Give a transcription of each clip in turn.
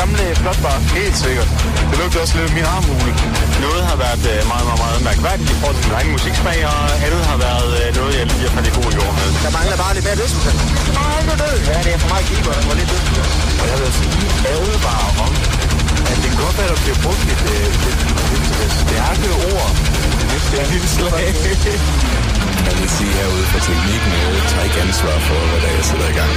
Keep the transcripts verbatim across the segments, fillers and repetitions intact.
gamle flot bar. Helt sikkert. Det lugter også lidt af min armhule. Noget har været øh, meget, meget, meget mærkværdigt i forhold til min egen musiksmag, og andet har været øh, noget, jeg lige har faldet i god jord med. Der mangler bare lidt mere dødsmusik. Nej, det er det. Ja, det er for meget keeper, der var lidt dødsmusik. Og jeg vil sige, advare om, at det kan godt være, der bliver brugt lidt, øh, lidt, lidt stærke ord. Det er lidt slag. Jeg vil sige herude for teknikken, jeg tager ikke ansvar for, hvad der jeg sætter i gang.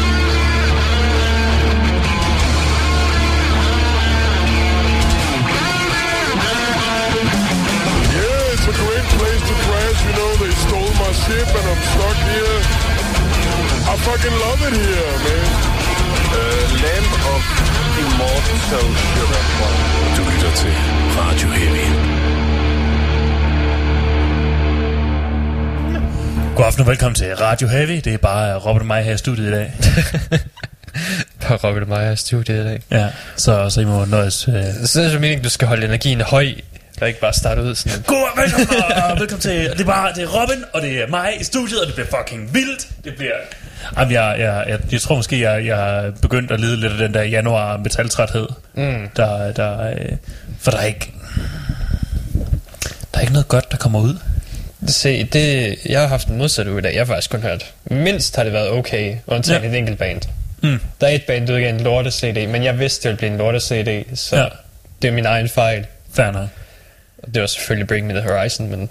Yeah, it's a great place to crash. You know, they stole my ship and I'm stuck here. I fucking love it here, man. Uh, Lamp of Immortal Sugar. Du lytter til Radio Heavy. God aften og velkommen til Radio Heavy. Det er bare Robert og mig her i studiet i dag. Bare Robert og mig her i studiet i dag. Ja, så, så I må nøjes. Øh... Så er det meningen, du skal holde energien høj, og ikke bare starte ud sådan. God og velkommen, og velkommen til. Det er bare det er Robin, og det er mig i studiet, og det bliver fucking vildt. Det bliver... Jamen, jeg, jeg, jeg, jeg tror måske, jeg, jeg er begyndt at lide lidt af den der januar metaltræthed. Mm. Der, der, øh... For der er ikke... Der er ikke noget godt, der kommer ud. Se, det, jeg har haft en modsat uge i dag. Jeg har faktisk kun hørt. Mindst har det været okay, undtagen ja. Et enkelt band. Mm. Der er et band, der udgav en lorte-C D, men jeg vidste, det ville blive en lorte-C D, så ja. Det er min egen fejl. Fair nok. Det var selvfølgelig Bring Me The Horizon, men...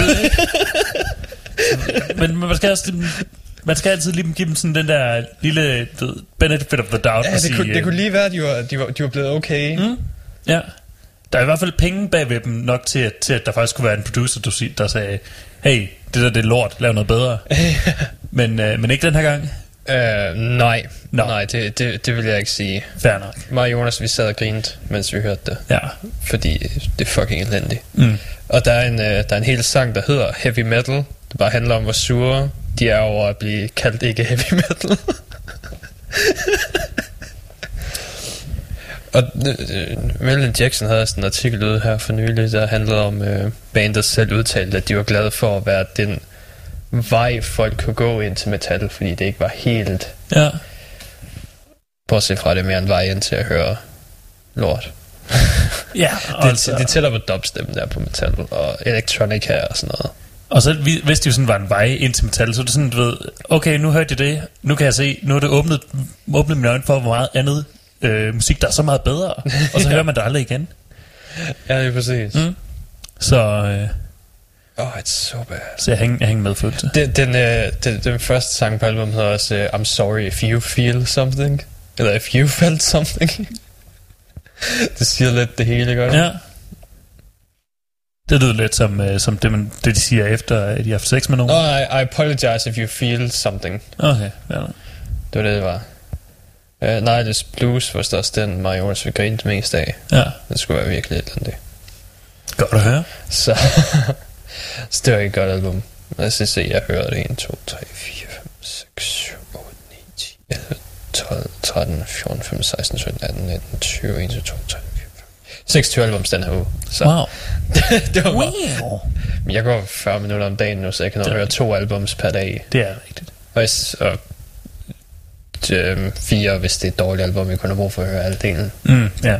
men man skal også... Man skal altid lige give dem sådan den der lille ved, benefit of the doubt. Ja, det, sige, kunne, det kunne lige være, at de var, de var, de var blevet okay. Mm. Ja. Der er i hvert fald penge bagved dem nok til at, til, at der faktisk kunne være en producer, der sagde, hey, det der det er lort, lav noget bedre. men, øh, men ikke den her gang? Uh, nej, no. nej det, det, det vil jeg ikke sige. Fair nok. Mig og Jonas, vi sad og grinede, mens vi hørte det. Ja. Fordi det er fucking elendigt. Mm. Og der er, en, uh, der er en hel sang, der hedder Heavy Metal. Det bare handler om, hvor sure de er over at blive kaldt ikke heavy metal. Og uh, Marilyn Jackson havde sådan en artikel ude her for nylig, der handlede om uh, bandet selv udtalte, at de var glade for at være den vej folk kunne gå ind til metal, fordi det ikke var helt... Ja. Bortset fra det mere en vej ind til at høre lort. Ja, det, altså. Det tæller på dubstep der på metal og electronica og sådan noget. Og så hvis det jo sådan var en vej ind til metal, så er det sådan, du ved, okay, nu hørte jeg det, nu kan jeg se, nu er det åbnet, åbnet mine øjne for, hvor meget andet øh, musik, der er så meget bedre, og så ja. Hører man det aldrig igen. Ja, det er præcis. Mm. Så... Øh, oh, it's so bad. Så jeg hænger, jeg hænger med følelse. Den, den, øh, den, den første sang på albumet hedder også uh, I'm sorry if you feel something. Eller if you felt something. Det siger lidt det hele, godt. Ja. Det lyder lidt som, uh, som det, man, det, de siger efter, at de har haft sex med nogen. Oh, I, I apologize if you feel something. Okay, ja. Det var det, det var. Uh, Nihilist Blues var så også den, mig og Jonas vil grine mest af. Ja. Det skulle være virkelig et eller andet. Godt at høre. Så... Så det var ikke et godt album. Lad os se, jeg hører det en, to, tre, fire, fem, seks, syv, otte, ni, ti, elleve, tolv, tretten, fjorten, femten, seksten, sytten, atten, nitten, tyve, enogtyve, to, tre, fire, fem, seksogtyve albums den her uge. Så wow. det var wow. Men jeg går fyrre minutter om dagen nu, så jeg kan nå høre to albums per dag. Det er rigtigt. Og, og øh, fire, hvis det er et dårligt album, jeg kun har brug for at høre halvdelen. Mm, ja.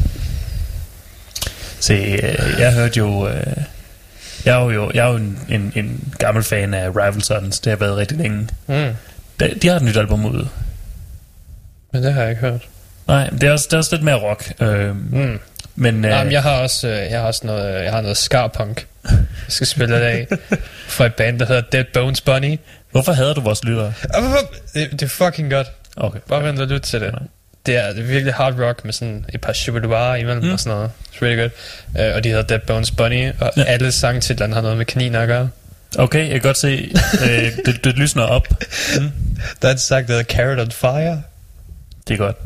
Se, øh, jeg hørte jo... Øh Jeg er jo, jeg er jo en, en, en gammel fan af Rival Sons. Det har været rigtig længe. Mm. De, de har et nyt album ud. Men det har jeg ikke hørt. Nej, det er også, det er også lidt mere rock. Øhm, mm. Men, øh, Jamen, jeg har også, jeg har også noget, jeg har noget ska-punk. Jeg skal spille det af fra et band, der hedder Dead Bones Bunny. Hvorfor hader du vores lyttere? Det, det er fucking godt. Okay. Bare vent og lyt til det. Ja. Det er, det er virkelig hard rock med sådan et par shubidubare imellem mm. og sådan noget. It's really good. Uh, og de hedder Dead Bones Bunny, og ja. Alle sangtitlerne har noget med kaniner at gøre. Okay, jeg kan godt se, øh, det, det lysner op. Mm. Der er en sang, der hedder Carrot on Fire. Det er godt.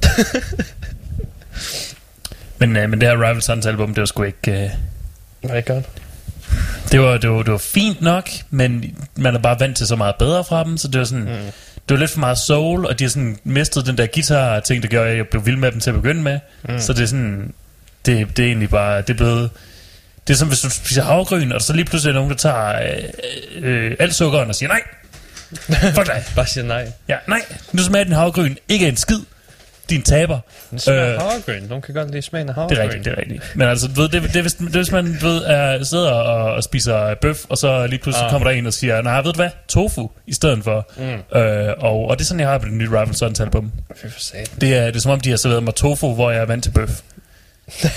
men, øh, men det her Rival Sons album, det var sgu ikke... Øh, var det ikke godt? Det var, det, var, det var fint nok, men man er bare vant til så meget bedre fra dem, så det var sådan... Mm. Det var lidt for meget soul, og de har sådan mistet den der guitar-ting, der gjorde, at jeg blev vild med dem til at begynde med. Mm. Så det er sådan... Det, det er egentlig bare... Det er blevet... Det er som hvis du spiser havregryn, og så lige pludselig er nogen, der tager øh, øh, alt sukkeren og siger nej. Fuck dig. Bare siger nej. Ja, nej. Nu smager den havregryn ikke en skid. din taber. Den smager øh, havregryn. Nogen kan godt lide smagen af havregryn. Det er rigtigt, det er rigtigt. Men altså, du ved, det, det, det, hvis, det, hvis man ved, er, sidder og, og spiser bøf, og så lige pludselig ah. kommer der en og siger, nej, ved du hvad, tofu i stedet for. Mm. Øh, og, og det er sådan, jeg har på det nye Rival Sons album. Det er, det er som om, de har serveret mig tofu, hvor jeg er vant til bøf. Det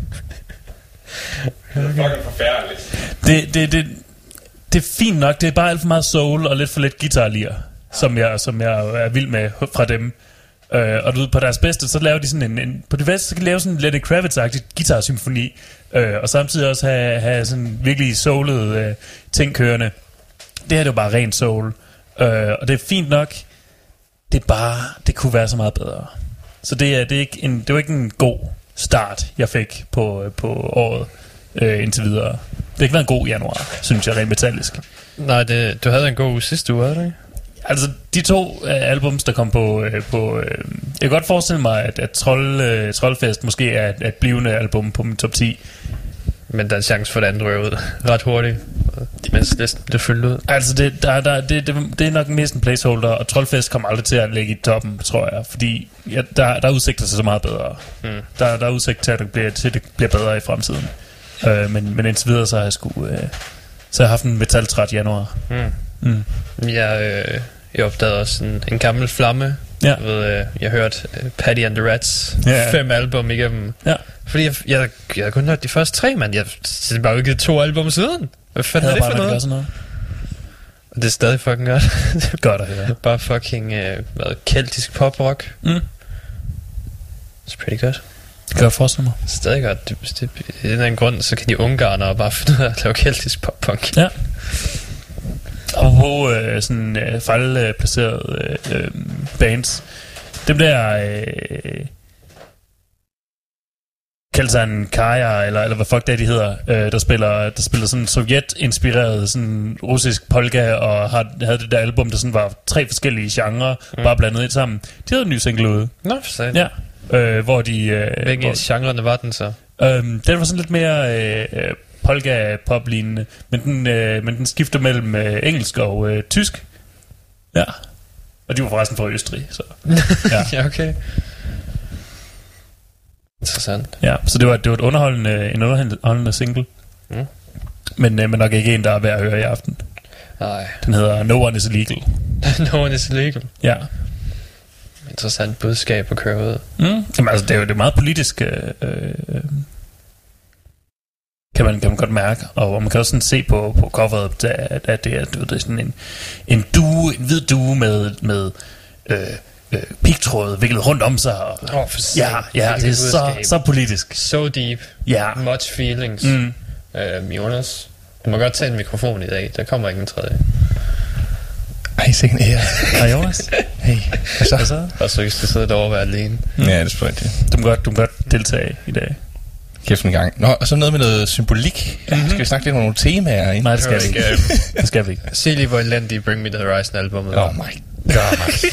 er fucking forfærdeligt. Det, det, det, det er fint nok. Det er bare alt for meget soul og lidt for lidt guitar-lir, som jeg, som jeg er vild med fra dem. Uh, og du ved, på deres bedste, så laver de sådan en, en på det bedste, så kan de lave sådan en Lenny Kravitz-agtig guitar-symfoni, uh, og samtidig også have, have sådan virkelig soulede uh, ting kørende. Det her, det er jo bare ren soul. Uh, og det er fint nok. Det er bare, det kunne være så meget bedre. Så det er, det er ikke en, det var ikke en god start, jeg fik på, på året uh, indtil videre. Det har ikke været en god januar, synes jeg, rent metallisk. Nej, det, du havde en god uge sidste uge, havde du ikke? Altså, de to uh, albums, der kom på... Uh, på uh, jeg kan godt forestille mig, at, at Trold, uh, Troldfest måske er et, et blivende album på min top ti. Men der er en chance for, at andet røver ud ret hurtigt, mens listen bliver fyldt ud. Altså, det, der, der, det, det, det er nok mest en placeholder, og Troldfest kommer aldrig til at ligge i toppen, tror jeg. Fordi ja, der, der er udsigter til så meget bedre. Mm. Der, der er udsigt til, at det bliver, til, at det bliver bedre i fremtiden. Uh, men, men indtil videre, så har jeg sgu... Uh, så har jeg haft en metaltræt januar. Mm. Mm. Jeg, øh, jeg opdagede også en, en gammel flamme. Ja. Ved, øh, jeg hørte uh, Paddy and the Rats ja. fem album igennem. Ja. Fordi jeg, jeg, jeg havde kun hørt de første tre, mand. Jeg har bare udgivet to album siden. Hvad fanden er det for noget? noget? Og det er stadig fucking godt. Godt at høre. Bare fucking øh, hvad, keltisk pop-rock. Mm. It's pretty good. Det kan jeg forestille mig. Stadig godt. Det, det, I den anden grund, så kan de ungarere bare finde ud af at lave keltisk pop-punk. Ja. Og på øh, sådan øh, fejlplacerede øh, øh, bands. Dem der øh, kalder sig en Kaja, eller, eller hvad fuck det er, de hedder, øh, der spiller der spiller sådan sovjet-inspireret sådan russisk polka, og har, havde det der album, der sådan var tre forskellige genrer, mm. bare blandet ind sammen. De havde en ny single ude. Nå, for satan. Ja. Øh, hvor de... Øh, Hvilke hvor, genrerne var den så? Øh, den var sådan lidt mere... Øh, polka-pop-lignende, men den, øh, men den skifter mellem øh, engelsk og øh, tysk. Ja. Og de var forresten fra Østrig, så... Ja, ja okay. Interessant. Ja, så det var, det var et underholdende, en underholdende single. Mm. Men, øh, men nok ikke en, der er værd at høre i aften. Nej. Den hedder No One Is Illegal. No One Is Illegal? Ja. Interessant budskab at køre ud. Mm. Jamen altså, det er jo det er meget politisk... Øh, øh, Kan man, kan man godt mærke, og man kan også sådan se på, på coveret, at, at det er, du ved, det er sådan en, en due, en hvid due med, med øh, øh, pigtråd viklet rundt om sig. Og, oh, for ja, ja, det er så, så politisk. So deep. Ja. Much feelings. Mm. Øh, Jonas, du må godt tage en mikrofon i dag, der kommer ingen tredje. Ej, sikkert her. Hej Jonas. Hey, hvad så? Hvad så? Og så skal sidde derovre og være alene. Mm. Ja, det er selvfølgelig det. Du må godt, du må godt deltage i dag. Kæft en gang. Nå, og så noget med noget symbolik. Mm-hmm. Skal vi snakke lidt om nogle temaer? Ikke? Nej, det skal vi ikke. Det skal vi ikke. Se lige, hvor elendig Bring Me The Horizon albumet. Oh my god.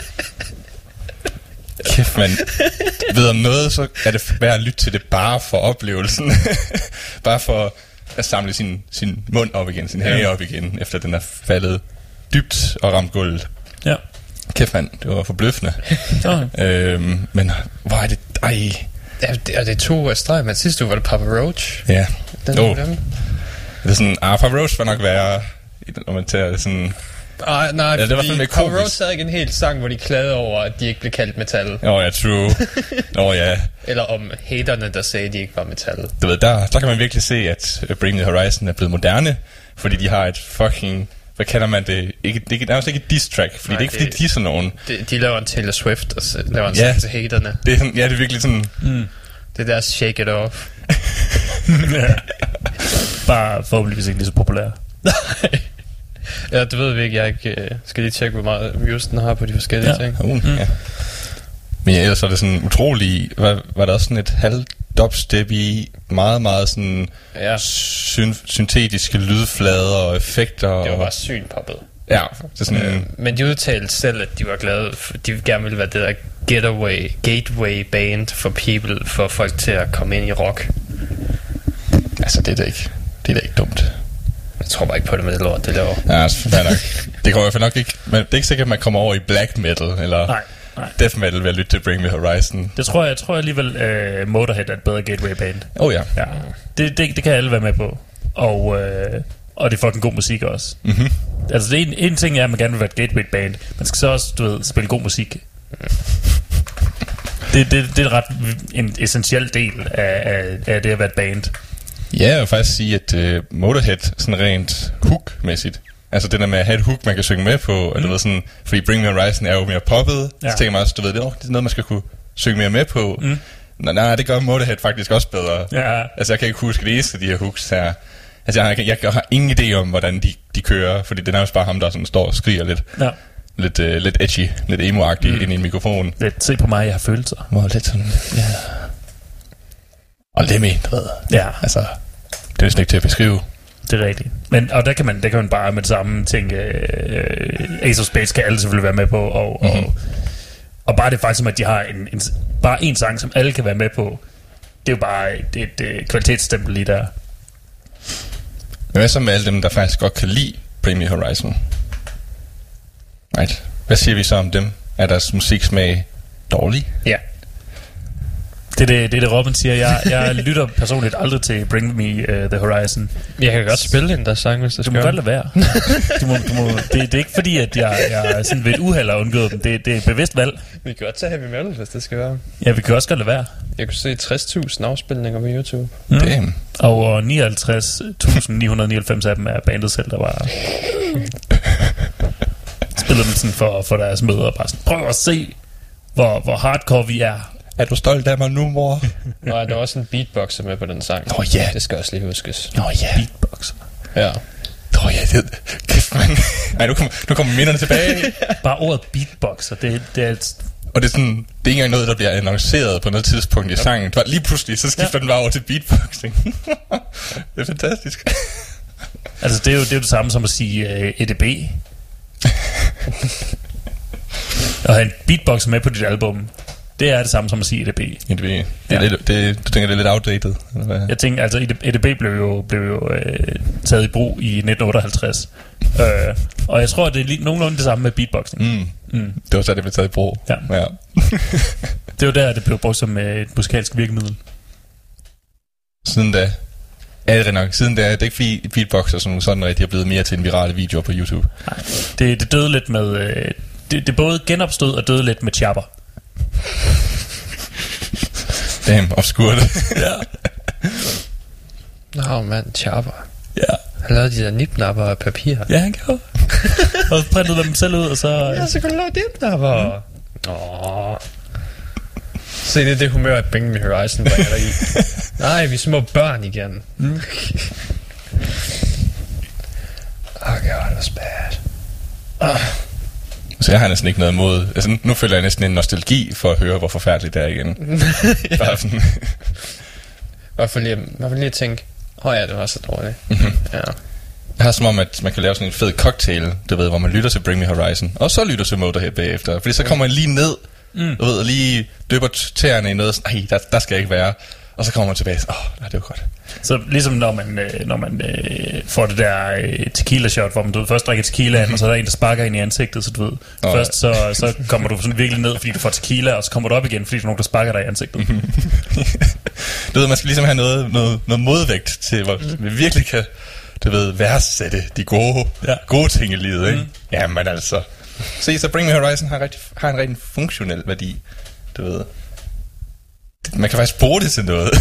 Kæft, man. Ved om noget, så er det værd at lytte til det bare for oplevelsen. Bare for at samle sin, sin mund op igen, sin hage op igen, efter den er faldet dybt og ramt gulvet. Ja. Kæft, man. Det var forbløffende. Okay. øhm, men hvor er det... Ej... Ja, det, og det er to af streg, men sidste uge var det Papa Roach. Ja. Den oh. Det er sådan, ah, Papa Roach var nok værre, når man tager sådan... Ah, nej, ja, det var fordi Papa Roach havde ikke en hel sang, hvor de klagede over, at de ikke blev kaldt metal. Åh oh, ja, true. Åh oh, ja. Eller om haterne, der sagde, at de ikke var metal. Du ved, der, der kan man virkelig se, at Bring The Horizon er blevet moderne, fordi de har et fucking... Hvad kalder man det? Ikke, det er nærmest ikke et diss track, fordi nej, det er ikke fordi, de er sådan nogen. De, de laver en Taylor Swift, og så laver en ja, sang til haterne. Det er sådan, ja, det er virkelig sådan... Mm. Det er deres Shake It Off. Ja. Bare forhåbentligvis ikke lige så populær. Nej. Ja, det ved vi ikke. Jeg ikke, uh, skal lige tjekke, hvor meget views den har på de forskellige ja. ting. Uh, mm. ja. Men ja, ellers var det sådan utrolig... Var, var der også sådan et halv dubstep i meget, meget sådan ja. syn, syntetiske lydflader og effekter. Det var bare og... synpoppet. Ja, det er sådan... Øh, men de udtalte selv, at de var glade, for de gerne ville være det der getaway, gateway band for people, for folk til at komme ind i rock. Altså, det er da ikke, det er da ikke dumt. Jeg tror bare ikke på det med det lort, det laver. Ja, altså, nok. Det går i hvert fald nok ikke... Men det er ikke sikkert, at man kommer over i black metal, eller... Nej. death metal ved at lytte til Bring Me Horizon. Det tror jeg, jeg tror alligevel, uh, Motorhead er et bedre gateway band. Oh ja. Ja, det, det, det kan alle være med på. Og, uh, og det er fucking god musik også. Mm-hmm. Altså, det en, en ting er, at man gerne vil være et gateway band. Man skal så også, du ved, spille god musik. Det, det, det er ret en essentiel del af, af, af det at være et band. Ja, jeg vil faktisk sige, at uh, Motorhead sådan rent hook-mæssigt, altså det der med at have et hook, man kan synge med på, mm. eller sådan, fordi Bring Me Horizon er jo mere poppet, ja. Så tænker man også, du ved, det er noget, man skal kunne synge mere med på. Mm. Nej, nej, det gør Motorhead faktisk også bedre. Ja. Altså, jeg kan ikke huske det eneste af de her hooks her. Altså, jeg har, jeg, jeg har ingen idé om, hvordan de, de kører, fordi det er nærmest bare ham, der sådan står og skriger lidt. Ja. Lidt, uh, lidt edgy, lidt emo-agtig mm. ind i en mikrofon. Lidt, se på mig, jeg har følelser. Wow, lidt sådan, ja. Og Lemmy, du ved. Ja. Altså, det er næsten ikke til at beskrive. Det er rigtigt. Men, og der kan man, der kan man bare med det samme tænke, øh, Ace of Spades kan alle selvfølgelig være med på, og, mm-hmm. og, og bare det faktisk, at de har en, en, bare en sang, som alle kan være med på, det er jo bare et, et, et kvalitetsstempel lige der. Men hvad så med alle dem, der faktisk godt kan lide Bring Me Horizon? Right. Hvad siger vi så om dem? Er deres musiksmag dårlig? Ja. Det er det, det, er det Robin siger. Jeg, jeg lytter personligt aldrig til Bring Me uh, The Horizon. Jeg kan godt spille den der sang, hvis det skal. Du må godt lade være. Du må, du må, det, det er ikke fordi, at jeg, jeg sådan ved et uheld har undgået dem. Det, det er et bevidst valg. Vi kan godt tage heavy metal, hvis det skal være. Ja, vi kan også godt lade være. Jeg kunne se tres tusind afspilninger på YouTube. Mm. Damn. Og nioghalvtreds tusind ni hundrede nioghalvfems af dem er bandet selv, der var... spiller dem sådan for, for deres møder. Bare sådan, prøv at se, hvor, hvor hardcore vi er. Er du stolt af mig nu, mor? Nå, der er også en beatboxer med på den sang. Nå ja. Det skal også lige huskes. Nå ja. Beatboxer. Ja. Nå ja, det... Kæft, man. Ej, nu kommer, nu kommer minderne tilbage. Bare ordet beatboxer, det, det er et... Og det er sådan, det er ikke engang noget, der bliver annonceret på noget tidspunkt i sangen. Ja. Lige pludselig, så skifter ja. den bare over til beatboxing. Det er fantastisk. Altså, det er jo det, er jo det samme som at sige uh, E D B. Og have en beatboxer med på dit album, det er det samme som at sige E D B. E D B. Det er ja. lidt, det, du tænker, det er lidt outdated? Eller hvad? Jeg tænker, altså E D B blev jo, blev jo øh, taget i brug i nitten otteoghalvtreds. øh, og jeg tror, det er lige, nogenlunde det samme med beatboxing. Mm. Mm. Det var så, det blev taget i brug. Ja. Ja. Det var der, det blev brugt som et musikalsk virkemiddel. Siden da er det nok. Siden da er det ikke fordi beatboxer som sådan rigtig er blevet mere til en virale video på YouTube. Nej, det, det døde lidt med... Øh, det, det både genopstod og døde lidt med chapper. Damn, obskurt. Ja. Nå, mand, chapper. Ja. Han lavede de der nipnapper af papir. Ja, han gjorde. Og printede dem selv ud, og så... Ja, så kunne du lave nipnapper. Mm. Åh. Se, det er det humør, at Bring Me Horizon bringer dig i. Nej, vi er små børn igen. Mm. Oh god, that's bad. Ah. Så jeg har næsten ikke noget imod. Altså, nu føler jeg næsten en nostalgi for at høre, hvor forfærdeligt det er igen. Ja. Bare sådan. Hvorfor lige, hvorfor lige at tænke, åh oh ja, det var så dårligt. Mm-hmm. Ja. Jeg har som om, at man kan lave sådan en fed cocktail, du ved, hvor man lytter til Bring Me Horizon, og så lytter til Motorhead bagefter. Fordi så kommer man lige ned, mm. du ved, og lige døber tæerne i noget, sådan, ej, der, der skal jeg ikke være. Og så kommer man tilbage, åh, oh, det var godt. Så ligesom når man, øh, når man øh, får det der øh, tequila shot, hvor man du ved, først drikker tequila, mm-hmm. og så er der en, der sparker ind i ansigtet, så du ved, oh, først så, så kommer du sådan virkelig ned, fordi du får tequila, og så kommer du op igen, fordi der er nogen, der sparker dig i ansigtet. Du ved, man skal ligesom have noget, noget, noget modvægt til, hvor mm. vi virkelig kan, du ved, værdsætte de gode, ja. gode ting i livet, ikke? Mm. Jamen altså. Se, så Bring Me Horizon har, rigtig, har en rigtig funktionel værdi, du ved. Man kan faktisk bruge det til noget.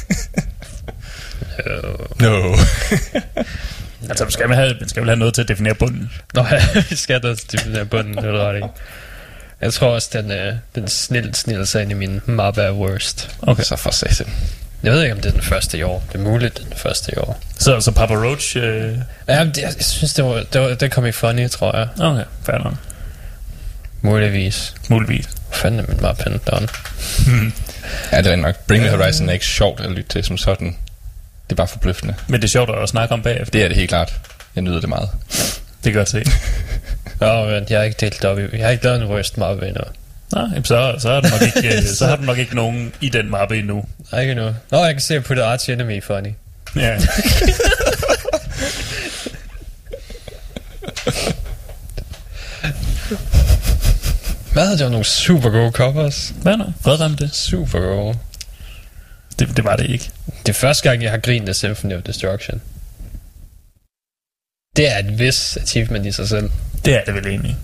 No. no. Altså, skal man, have, skal man have noget til at definere bunden? Nå ja, vi skal have noget til at definere bunden, det er ret ikke. Jeg tror også, den, øh, den snil, snil sig ind i min mappe er worst. Okay. Så for satan. Jeg ved ikke, om det er den første i år. Det er muligt, det er den første i år. Så, så Papa Roach... Øh... Ja, det, jeg synes, det, var, det, var, det kom i funny, tror jeg. Okay, fair nok. Muligvis. Muligvis. Hvor fanden er min mappe down? Ja, det er nok. Bring Me Horizon er ikke sjovt at lytte til som sådan. Det er bare forbløffende. Men det er sjovt at snakke om bagefter. Det er det helt klart. Jeg nyder det meget. Det kan godt se. Nå, men jeg har ikke delt op i. Jeg har ikke lavet en worst mappe endnu. Nej, så, så, har du nok ikke, så har du nok ikke nogen i den mappe endnu. Nej, ikke endnu. Nå, jeg kan se, at jeg puttede Arch Enemy funny. Ja. Hvad havde det? Nogle super gode covers. Hvad nu? Fred ramme det? Super gode. det? Det var det ikke. Det er første gang, jeg har grinet af Symphony of Destruction. Det er et vis achievement i sig selv. Det er det vel egentlig.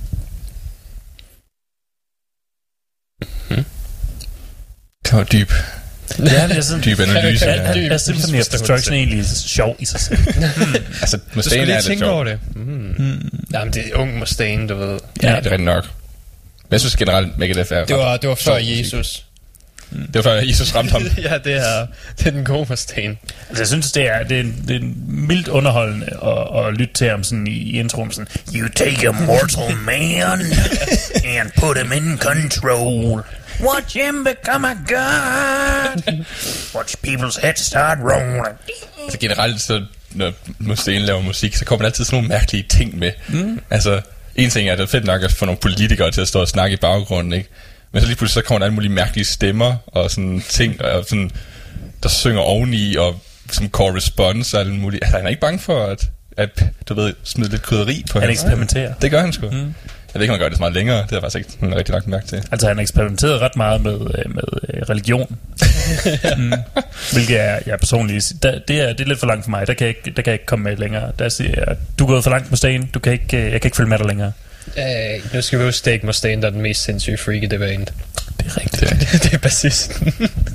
Hmm. Det var dyb. Ja, men jeg synes, dyb analyse. Er, er, er Symphony of Destruction egentlig sjov i sig selv? hmm. Altså, Mustaine er det sjov. over det. Mm. Mm. Jamen, det er ung Mustaine, du ved. Ja, det er rigtig nok. Men jeg synes generelt, Megadeth er... Det var, det var før Jesus. Mm. Det var før Jesus ramte ham. Ja, det er, det er den gode Mustaine. Altså, jeg synes, det er, det er, en, det er en mildt underholdende at, at lytte til ham sådan i, i introen sådan, you take a mortal man and put him in control. Watch him become a god. Watch people's heads start rolling. Altså generelt, så når Mustaine laver musik, så kommer der altid sådan nogle mærkelige ting med. Mm. Altså, en ting er, at det er fedt nok at få nogle politikere til at stå og snakke i baggrunden, ikke? Men så lige pludselig så kommer der alle mulige mærkelige stemmer og sådan ting, og sådan, der synger oveni, og som corresponds og alle mulige. Altså, han er ikke bange for at, at du ved, smide lidt krydderi på. Han eksperimenterer. Det gør han sgu. Mm. Jeg ved ikke, om han gør det så meget længere. Det har jeg faktisk ikke rigtig lagt mærke til. Altså, han har eksperimenteret ret meget med, med religion. mm. Hvilket er, jeg personligt... Der, det, er, det er lidt for langt for mig. Der kan jeg ikke, der kan jeg ikke komme med længere. Der siger jeg, du er gået for langt på Mustaine. Du kan ikke, jeg kan ikke følge med dig længere. Øh, nu skal vi jo stikke Mustaine, der er den mest sindssyge freak i det band. Det er rigtigt. Det, det er bassisten.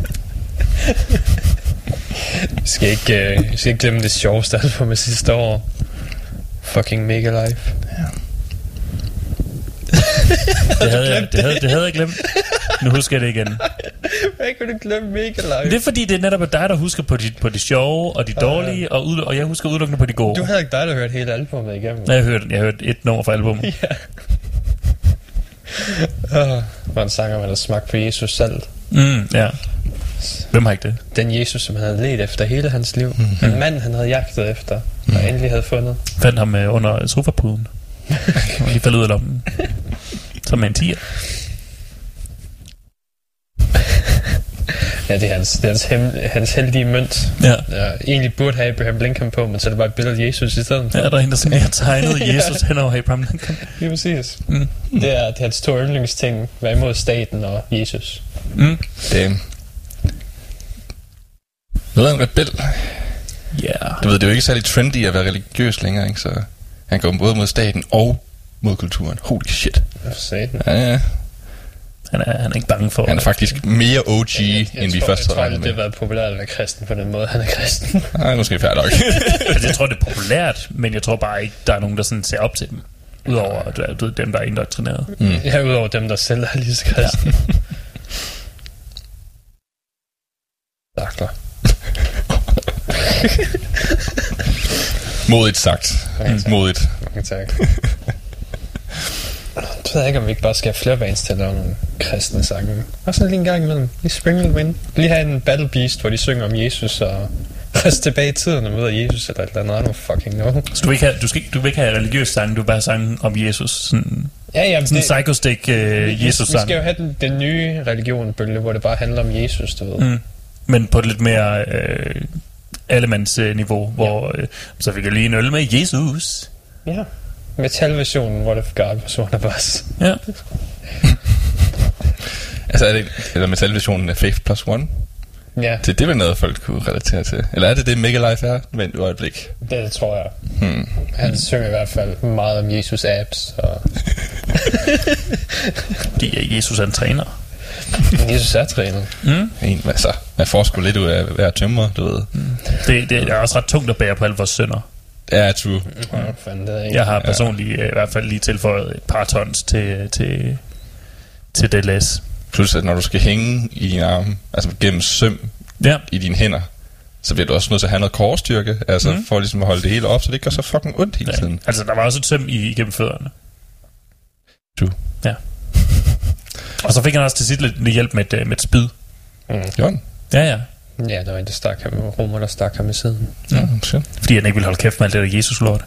Vi skal ikke, uh, vi skal ikke glemme det sjoveste album med sidste år. Fucking Mega Life. Ja. det, havde jeg, det, havde, det havde jeg glemt. Nu husker jeg det igen. Hvad kunne du glemme Mega Life? Det er fordi, det er netop dig, der husker på de, på de sjove og de dårlige, og, ud, og jeg husker udelukkende på de gode. Du havde ikke dig, der hørte hele albumet igennem. Nej, jeg hørte, jeg hørte et nummer fra albumet. Ja. uh, var en sanger, man havde smagt på Jesus selv. Mm, ja. Hvem har ikke det? Den Jesus, som han havde ledt efter hele hans liv. Mm-hmm. En mand, han havde jagtet efter, mm. og endelig havde fundet. Fandt ham uh, under sofapuden. Og lige faldt ud af lommen. Som en tiger. Ja, det er hans, det er hans, hem, hans heldige mønt. Ja. Ja, egentlig burde have Abraham Lincoln på, men så er det bare et billede af Jesus i stedet. Ja, der er en, der simpelthen har tegnet Jesus hen over Abraham Lincoln. Det er præcis. Mm. Det, er, det er hans to yndlingsting. Være imod staten og Jesus. Mm. Damn. Noget af en rebel. Ja. Yeah. Du ved, det er jo ikke særlig trendy at være religiøs længere, ikke? Så han går både mod staten og mod kulturen. Holy shit. Hvad for staten? Ja, ja. Han er, han er ikke bange for... Han er faktisk mere O G, ja, jeg, jeg end vi tror, først havde regnet med. Jeg tror, det har været populært at være kristen på den måde. Han er kristen. Nej, nu skal vi færdig nok. Altså, jeg tror, det er populært, men jeg tror bare ikke, der er nogen, der sådan ser op til dem. Udover du ved, dem, der er indoktrineret. Mm. Ja, udover dem, der selv er lige så kristen. Ja. Dakler. Modigt sagt. Mm. Modigt. Mange tak. Jeg ved ikke, om vi ikke bare skal have flere bands til at lave nogle kristne sange. Og sådan lige en gang imellem. Lige springe dem ind. Lige have en Battle Beast, hvor de synger om Jesus og rest tilbage i tiden og møder Jesus eller et eller andet. I don't fucking know. Så du vil ikke have, du skal, du vil ikke have religiøs sang, du vil bare have sang om Jesus? Sådan, ja, ja. Sådan en psychostick uh, Jesus-sang. Vi skal jo have den, den nye religionbølge, hvor det bare handler om Jesus, du ved. Mm. Men på et lidt mere øh, allemandsniveau, hvor ja. øh, så fik jeg lige en øl med Jesus. Ja. Metal-versionen, What If God Was One of Us. Ja. Altså er det eller metal-versionen af Faith Plus One? Ja. Det, det er noget, folk kunne relatere til. Eller er det det, Mega Life er? Vent et øjeblik. Det, det tror jeg. Hmm. Han synger i hvert fald meget om Jesus apps. Og fordi Jesus er en træner. Jesus er træner. Mm. En, altså, man får sgu lidt ud af at være tømrer, du ved. Mm. Det, det er også ret tungt at bære på alle vores sønner. Ja, true. Mm. Ja, fanden, det er jeg har personligt ja. i hvert fald lige tilføjet et par tons til, til, til det læs. Plus at når du skal hænge i din arme, altså gennem søm ja. i dine hænder, så bliver du også nødt til at have noget korsstyrke, altså mm. for ligesom at holde det hele op, så det ikke gør så fucking ondt hele ja. tiden. Altså der var også et søm i, igennem fødderne. True. Ja. Og så fik han også til sidst lidt hjælp med et, med et spyd. Mm. Jørgen? Ja, ja. Ja, der var en, der stak ham, romer, der stak ham i siden. Ja, ja. Fordi han ikke ville holde kæft med alt det der Jesus-lort.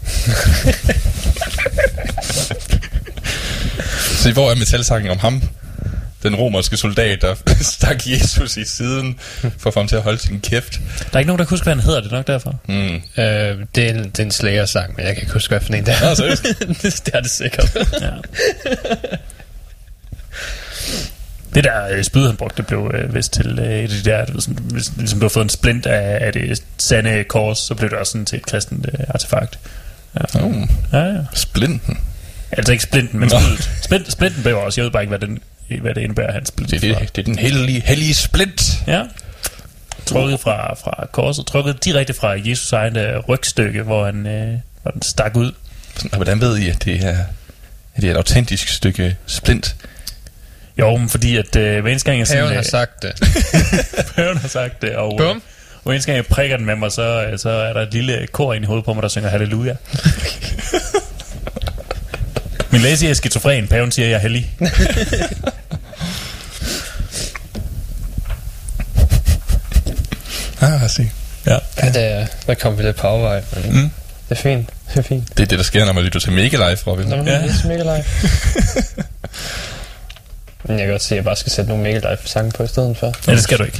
Så hvor er metalsangen om ham? Den romerske soldat, der stak Jesus i siden, for at få ham til at holde sin kæft. Der er ikke nogen, der kan huske, hvad han hedder, det er nok derfor. Mm. Øh, det, er en, det er en Slayer-sang, men jeg kan ikke huske, hvad for en det er. Nå, seriøst? Det er det sikkert. Ja. Det der øh, spyd, han brugte, det blev øh, vist til øh, et af de der, du ved, sådan, hvis, ligesom du har fået en splint af, af det sande kors, så blev det også sådan til et kristent øh, artefakt. Ja. Oh. Ja, ja. Splinten. Altså ikke splinten, men spydet. Splint, splinten blev også, jeg ved bare ikke, hvad, den, hvad det indebærer, hans splint. Det, det, det er den hellige, hellige splint. Ja. Trukket fra, fra korset, trukket direkte fra Jesus egen øh, rygstykke, hvor han øh, hvor den stak ud. Og hvordan ved I, at det er, at det er et autentisk stykke splint? Jo, men fordi at øh, hver eneste gang jeg sådan... Paven har sagt det. Paven har sagt det, og Bum. øh, hver eneste gang jeg prikker den med mig, så, øh, så er der et lille kor ind i hovedet på mig, der synger halleluja. Min læge siger, jeg er skizofren, paven siger, jeg er hellig. Ah, jeg se. Ja. Ja, det er, der kom vi lidt på afvej, men Mm. det er fint. Det er fint. Det er det, der sker, når man lytter til Mega Live, Robin. Nå, Ja. ja. Det er mega live. Men jeg kan godt se, at jeg bare skal sætte nogle mega live sange på i stedet for. Ja, det skal du ikke.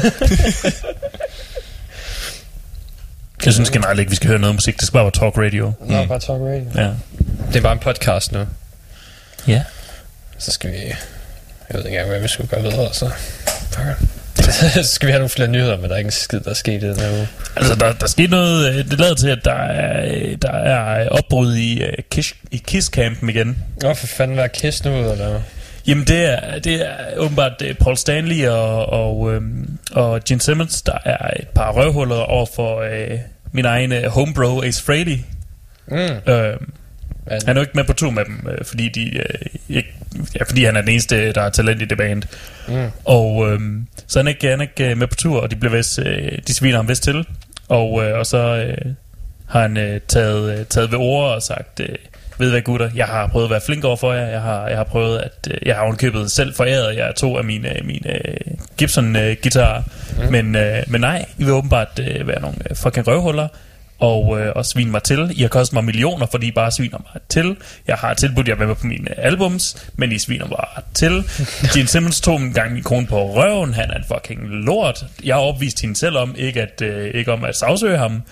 Jeg synes generelt ikke, vi skal høre noget musik. Det skal bare være talk radio. Nå, bare talk radio. Ja. Det er bare en podcast nu. Ja. Så skal vi... Jeg ved ikke engang, hvad vi skulle gøre videre, så... Fuck it. Så skal vi have nogle flere nyheder, men der er ikke en skid, der er sket i den her uge. Altså, der, der skete noget... øh, Det lader til, at der er, der er opbrud i, uh, Kiss, i Kiss-campen igen. Nå, for fanden, hvad er Kiss nu ud, eller? Jamen, det er, det er åbenbart uh, Paul Stanley og, og, øhm, og Gene Simmons, der er et par røvhuller over for uh, min egen uh, homebro Ace Frehley. Mm. Øhm, han er jo ikke med på tur med dem, øh, fordi, de, øh, ikke, ja, fordi han er den eneste, der har talent i det band. Mm. Og øhm, så han er ikke, han er ikke med på tur, og de, bliver vist, øh, de sviner ham vist til. Og, øh, og så øh, har han øh, taget, øh, taget ved ord og sagt, øh, ved hvad gutter, jeg har prøvet at være flink over for jer. Jeg har, jeg har prøvet at, øh, jeg har ovenkøbet selv foræret jer to af mine, mine øh, Gibson-guitarer. Øh, mm. men, øh, men nej, I vil åbenbart øh, være nogle øh, fucking røvhuller. Og, øh, og svine mig til. I har kostet mig millioner, fordi I bare sviner mig til. Jeg har tilbudt jer med på mine albums, men I sviner mig til. Gene Simmons tog en gang min kone på røven. Han er en fucking lort. Jeg har overbevist hende selv om, ikke, at, øh, ikke om at sagsøge ham.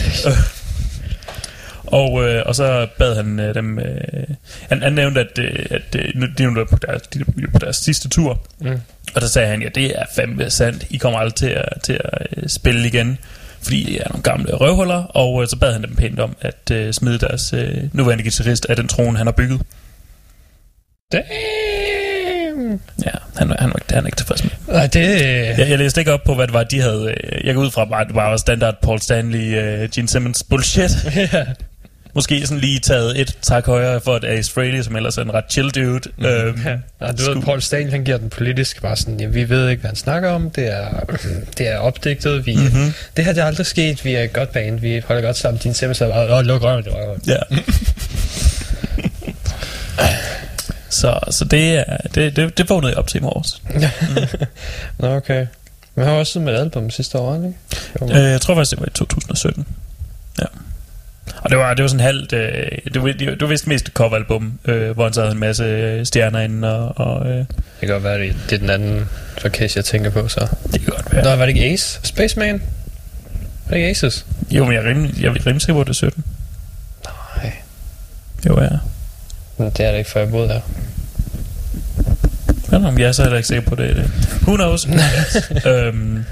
og, øh, og så bad han øh, dem... Øh, han, han nævnte, at, øh, at øh, de nu er på deres, de er på deres sidste tur. Mm. Og der sagde han, ja, det er fandme sandt. I kommer aldrig til at, til at øh, spille igen. Fordi det er nogle gamle røvhuller. Og øh, så bad han dem pænt om at øh, smide deres øh, nuværende guitarist af den trone, han har bygget. Damn. Ja, han, han, han, han er ikke tilfreds med. Nej, det... Jeg, jeg læste ikke op på, hvad det var, de havde... Øh, jeg går ud fra, at det bare var standard Paul Stanley, øh, Gene Simmons bullshit. Ja. Måske sådan lige taget et tak højere for et Ace Frehley, som ellers er en ret chill dude. Mm. Øhm, ja. Ja, du ved, Paul Stanley, han giver den politisk bare sådan, ja, vi ved ikke, hvad han snakker om, det er, det er opdigtet, vi, mm-hmm. det her det er aldrig sket, vi er et godt band, vi holder godt sammen, din Simmons er bare, åh, luk røven, det røven. Ja. så, så det er, det, det, det vågnede jeg op til i morges. Mm. Nå, okay. Men han har også med et album sidste år, ikke? Jo, øh, jeg tror faktisk, det var i to tusind og sytten. Ja. Og det var, det var sådan halvt øh, det, var, det var vist mest et coveralbum, øh, hvor han så havde en masse stjerner inde og, og øh, det kan godt være, det, det er den anden for case, jeg tænker på, så. Det kan godt være. Nå, var det ikke Ace? Spaceman? Var det ikke Aces? Jo, men jeg er rimelig, jeg er rimelig sikker på, at det er sytten. Nej. Jo, ja. Men det er det ikke, før jeg boede her. Ja, men jeg er så heller ikke sikker på det. det. Who knows? øhm,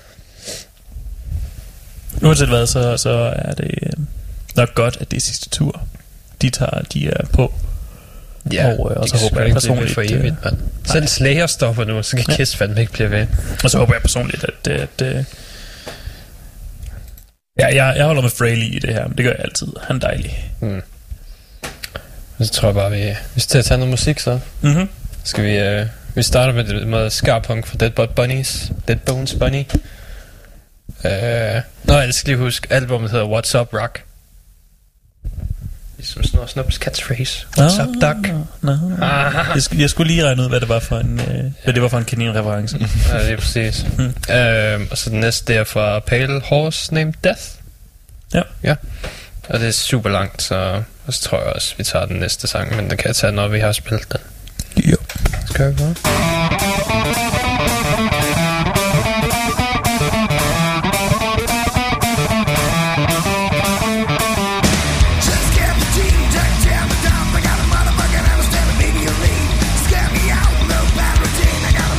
uanset hvad, så, så er det øh, nok godt, at det er sidste tur. De tager, de er på. Ja, og, øh, og så håber jeg personligt for evigt, mand. Selv Slayer stopper nu, så kan ja. Kiss fandme ikke blive ved. Og så håber jeg personligt, at, at, at ja, jeg, jeg holder med Frehley i det her, men det gør jeg altid. Han er dejlig. Hmm. Så tror jeg bare, vi, vi skal til at tage noget musik, så. Mhm. Skal vi, øh, vi starter med det med Scarpunk fra Dead Bunnies. Dead Bones Bunny. Øh, nå, jeg skal lige huske, albumet hedder What's Up Rock. Ligesom sådan noget Snops catchphrase. What's no, up, Doc? No, no. Jeg, sk- jeg skulle lige regne ud, hvad det var for en, øh, hvad det var for en kaninreference. Ja, det er præcis. Mm. Øh, og så den næste, det er fra Pale Horse Named Death. Ja. Ja. Og det er super langt, så, så tror jeg også, vi tager den næste sang, men den kan jeg tage, når vi har spillet den. Jo. Skal vi gå? I got a motherfucking understand, baby, you leave. Scare me out, little bad routine. I got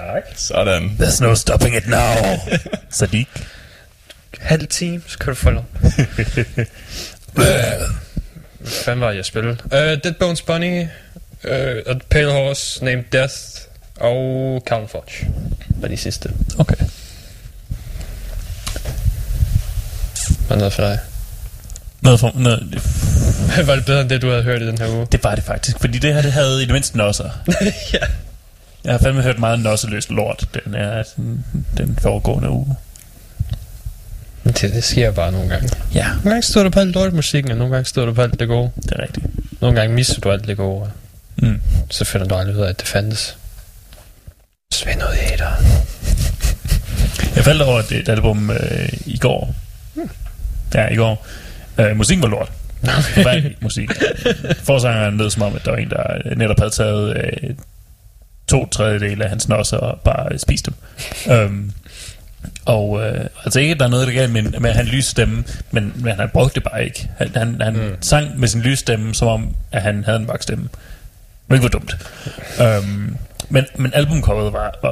Tak. Sådan. There's no stopping it now. Sadiq. Halv time, så kan du få lov. Hvad fanden var jeg spille? Uh, Dead Bones Bunny, uh, A Pale Horse Named Death og Count Fudge var de sidste. Okay. Hvad noget for dig? Noget for... Noget, Var det bedre end det, du havde hørt i den her uge? det var det faktisk, fordi det her, det havde i det mindste nosser. Ja. Jeg har fandme hørt meget nosseløst lort den, er, den, den foregående uge. Det, det sker bare nogle gange. Ja, Nogle gange står du på alt lort musikken, og nogle gange står du på alt det gode. det er rigtigt. Nogle gange misser du alt det gode. Mm. Så finder du aldrig ud af, at det fandtes. Svend ud i hater. Jeg faldt over et, et album øh, i går. Hmm. Ja, i går. Øh, musikken var lort. Det var ikke musik. Forsangeren lød som om, at der var en, der netop havde taget øh, to tredjedele af hans nosser og bare spist dem. um, og øh, altså ikke, der er noget, der galt med, med at han lys stemme, men, men han brugte det bare ikke. Han, han, han mm. sang med sin lys stemme, som om, at han havde en vagt stemme. Hvilket var dumt. um, men, men albumcoveret var, var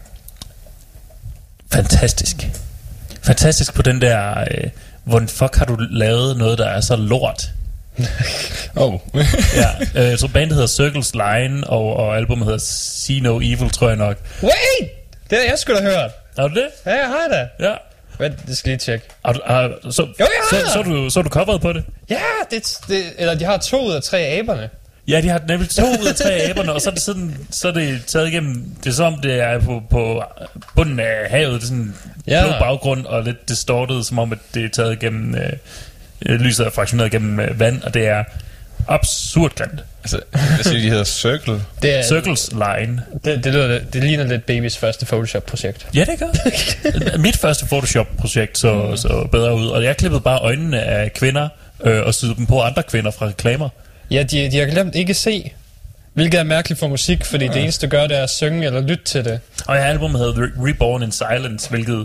fantastisk. Fantastisk på den der... Øh, hvordan fuck har du lavet noget, der er så lort? Oh. Ja, øh, så bandet hedder Circles Line, og, og albumet hedder See No Evil, tror jeg nok. Wait! Det har jeg sgu da hørt. Har du det? Ja, jeg har det. Ja. Vent, det skal lige tjekke. Har du, har, så, Jo, jeg har. så, så, du, så du coveret på det? Ja, det, det, eller de har to ud af tre aberne. Ja, de har nemlig to ud af tre aberne, og så er det sådan, så er det taget igennem, det er som om det er på, på bunden af havet, det er sådan Ja. blå baggrund og lidt distortet, som om at det er taget igennem, øh, lyset er fraktioneret igennem øh, vand, og det er absurd grimt. Altså, hvad siger de hedder? Circle? Det, er, Circles Line. det, det, lyder, det ligner lidt babys første Photoshop-projekt. Ja, det gør. Mit første Photoshop-projekt så, mm. så bedre ud, og jeg klippede bare øjnene af kvinder øh, og syede dem på andre kvinder fra reklamer. Ja, de, de har glemt ikke se, hvilket er mærkeligt for musik, fordi ja. det eneste, du gør, det er at synge eller lytte til det. Og jeg album hedder Reborn in Silence, hvilket...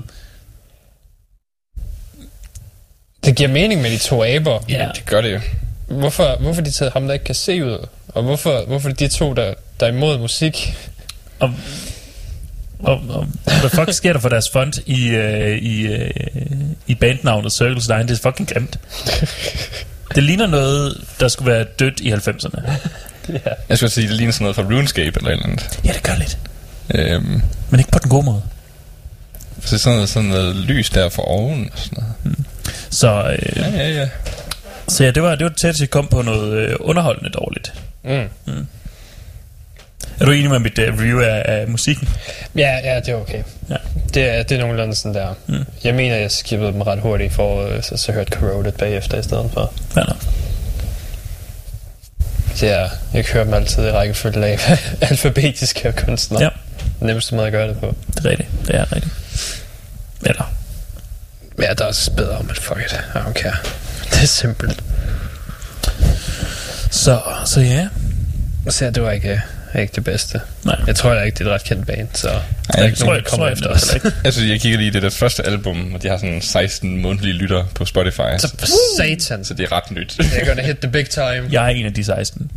Det giver mening med de to aber. Ja, Det gør det jo. Hvorfor, hvorfor de tager ham, der ikke kan se ud? Og hvorfor, hvorfor de to, der, der er imod musik? og, og, og hvad fuck sker der for deres font i, øh, i, øh, i bandnavnet Circles Line? Det er fucking grimt. Det ligner noget, der skulle være dødt i halvfemserne. Ja. Jeg skulle sige, det ligner sådan noget fra RuneScape eller et eller andet. Ja, det gør lidt. Øhm, Men ikke på den gode måde. så sådan noget, sådan noget lys der for oven og sådan noget. Mm. Så, øh, Ja, ja, ja. så ja, det var det var tæt, at jeg kom på noget øh, underholdende dårligt. Mm. Mm. Er du enig med mit uh, review af, af musikken? Ja, ja, det er okay. Ja. Det er, det er nogenlunde sådan der. Mm. Jeg mener, jeg skippede dem ret hurtigt for øh, så, så hørte Corroded bagefter i stedet for. Ja, no. Så jeg, jeg hører dem altid i rækkefølge af alfabetiske kunstnere. Ja, Nemmeste måde at gøre det på. det er rigtigt. Det er rigtigt. Eller? Ja, der er også bedre om at fuck it. I don't care. Det er simpelt. Så, så ja. Så det var ikke, ikke det bedste. Nej. Jeg tror ikke, det er et ret kendt band, så der er jeg ikke tror nogen, jeg- der kommer tror jeg efter heller os. ikke. Altså, jeg kigger lige i det der første album, og de har sådan seksten månedlige lytter på Spotify. Så for satan. Så det er ret nyt. They're gonna hit the big time. Jeg er en af de seksten.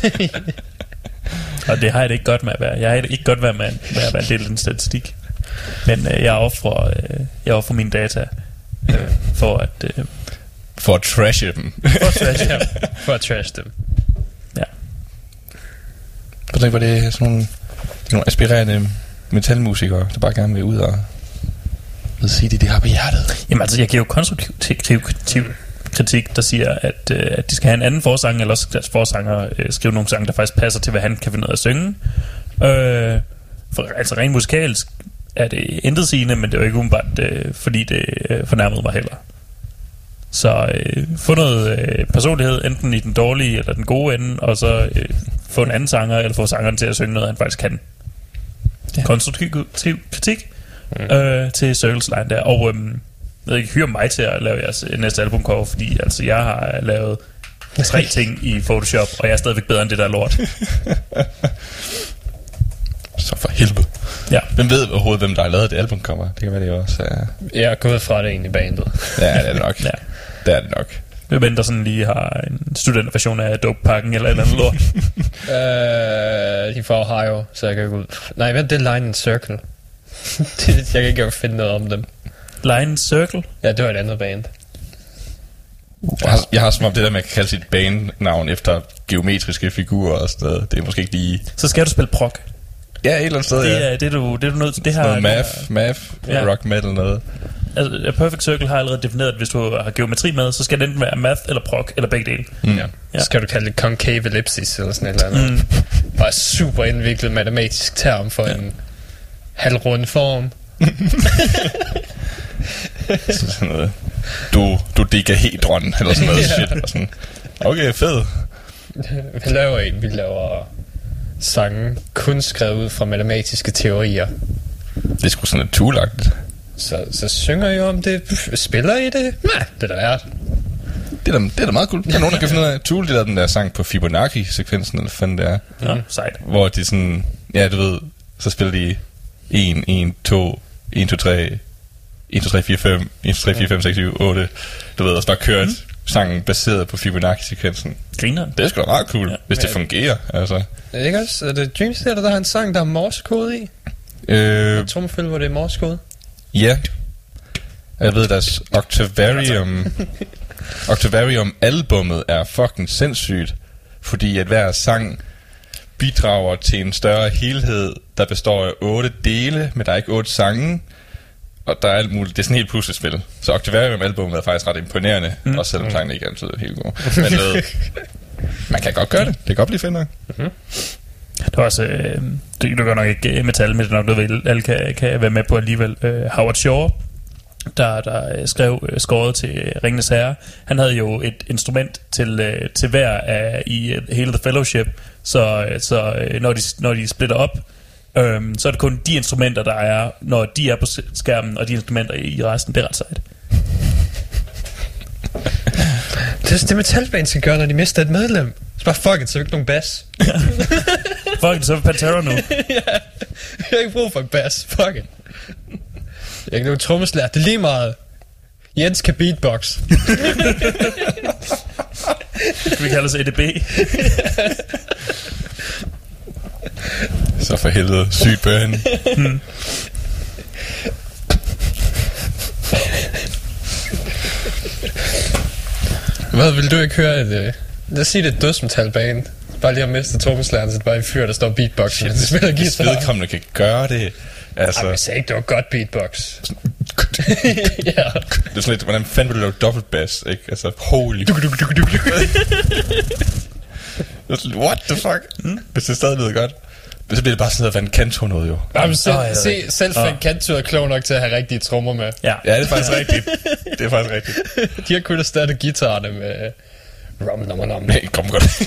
Og det har jeg det ikke godt med at være. Jeg har det ikke godt med at være, med at være en del af den statistik. Men øh, jeg offrer øh, jeg offrer mine data øh, for at øh, For at trashe dem. For at trash dem. For at trash dem. ja. Jeg ved ikke, hvor det er sådan nogle, det er nogle aspirerende metalmusikere, der bare gerne vil ud og vil sige det, de har på hjertet. Jamen altså, jeg giver jo konstruktiv kritik, der siger, at, øh, at de skal have en anden forsanger, eller også skal deres forsanger øh, skrive nogle sange, der faktisk passer til, hvad han kan finde ud af at synge. Øh, for altså rent musikalsk er det intetsigende, men det er jo ikke umiddelbart, øh, fordi det øh, fornærmede mig heller. Så øh, få noget øh, personlighed, enten i den dårlige eller den gode ende, og så øh, få en anden sanger, eller få sangeren til at synge noget, han faktisk kan. Ja. Konstruktiv kritik mm. øh, til Circles Line der. Og øh, jeg ved ikke, hyre mig til at lave jeres næste albumcover, fordi altså, jeg har lavet tre ting i Photoshop, og jeg er stadigvæk bedre end det der lort. Så for helvede. Ja. Hvem ved overhovedet, hvem der har lavet det albumcover? Det kan være det også. Ja, Jeg er gået fra det egentlig bandet. ja det er det nok. Ja. Det er det nok. Hvem end der sådan lige har en studenterversion af Dope-pakken eller et eller andet lort. Uh, de er fra Ohio, så jeg kan gå ud. Nej, vent, det er Line and Circle. Jeg kan ikke finde noget om dem. Line Circle? Ja, det var et andet band. Jeg har, jeg har som om det der med at kalde sit bandnavn efter geometriske figurer og sådan noget. Det er måske ikke lige... Så skal du spille prog. Ja, et eller andet sted, det ja. er, det, er du, det er du nødt til. Det har noget math, math, ja. rock metal noget. Altså, Perfect Circle har allerede defineret, at hvis du har geometri med, så skal det enten være math eller prog, eller begge dele. Mm. Ja. Ja. Så skal du kalde det concave ellipsis, eller sådan et eller andet. Mm. Bare super indviklet matematisk term for ja. en halvrund form. sådan noget. Du, du dekahedron, eller sådan noget ja. shit. Og sådan. Okay, fed. Vi laver en, vi laver sange kun skrevet ud fra matematiske teorier. Det er sgu sådan lidt tulagtigt. Så, så synger I om det? Spiller I det? Nej, det der er det. Er da, det er da meget cool. Der er nogen, der kan finde ud af. Tool, det der den der sang på Fibonacci-sekvensen, eller fanden det er. Ja, sejt. Hvor de sådan, ja, du ved, så spiller de en, en, to, en, to, tre, en, to, tre, fire, fem, en, to, tre, fire, fem, seks, syv, otte. Du ved, og så bare kørt mm. sangen baseret på Fibonacci-sekvensen. Griner. Det er sgu da meget cool, ja. Hvis det ja. fungerer, altså. Er det ikke også? Er det Dream Theater, der har en sang, der er morsekode i? Øh... Trommefølge, hvor det er morsekode? Ja. Jeg ved, deres Octavarium Octavarium albummet er fucking sindssygt, fordi at hver sang bidrager til en større helhed, der består af otte dele, men der er ikke otte sange, og der er alt muligt. Det er sådan et helt puslespil. Så Octavarium albummet er faktisk ret imponerende, mm. også selvom sangene ikke altid er helt gode. Men øh, man kan godt gøre det. Det kan godt blive fedt nok. Mm-hmm. Det var også, øh, du kan nok ikke metal, men det er nok noget, alle kan, kan være med på alligevel. Øh, Howard Shore, der, der skrev øh, skåret til Ringenes Herre, han havde jo et instrument til, øh, til hver af i øh, hele The Fellowship, så, øh, så øh, når, de, når de splitter op, øh, så er det kun de instrumenter, der er, når de er på skærmen, og de instrumenter i resten. Det er ret sejt. Det er det metalband skal gøre, når de mister et medlem. Så bare fuck it, så er ikke nogen bass. Ja. Fuck it, så er Pantera nu. Ja, jeg har ikke brug for en bass. Fuck it. Jeg kan lave trommeslager. Det er lige meget. Jens kan beatbox. Vi kalder os E D B. Så for helvede, sygt børn. Hmm. Hvad vil du ikke høre et... Lad os sige, det er et dødsmetalbane. Bare lige at miste trommeslageren, så det er bare en fyr, der står beatbox. Shit, det spiller guitar. Hvis vedkommende kan gøre det. Altså... Ej, jeg sagde ikke, det var godt beatbox. Ja. Det er sådan lidt, hvordan fanden vil du lave dobbelt bass, ikke? Altså, holy... What the fuck? Mm? Hvis det stadig lyder godt. Så bliver det bare sådan noget Van Canto noget, jo. Jamen, se, oh, se, selv Van Canto er klog nok til at have rigtige trommer med. Ja, ja det er faktisk rigtigt. Det er faktisk rigtigt. De har kunnet erstatte guitarerne med... Rum, nom, nom. Nej, kom godt.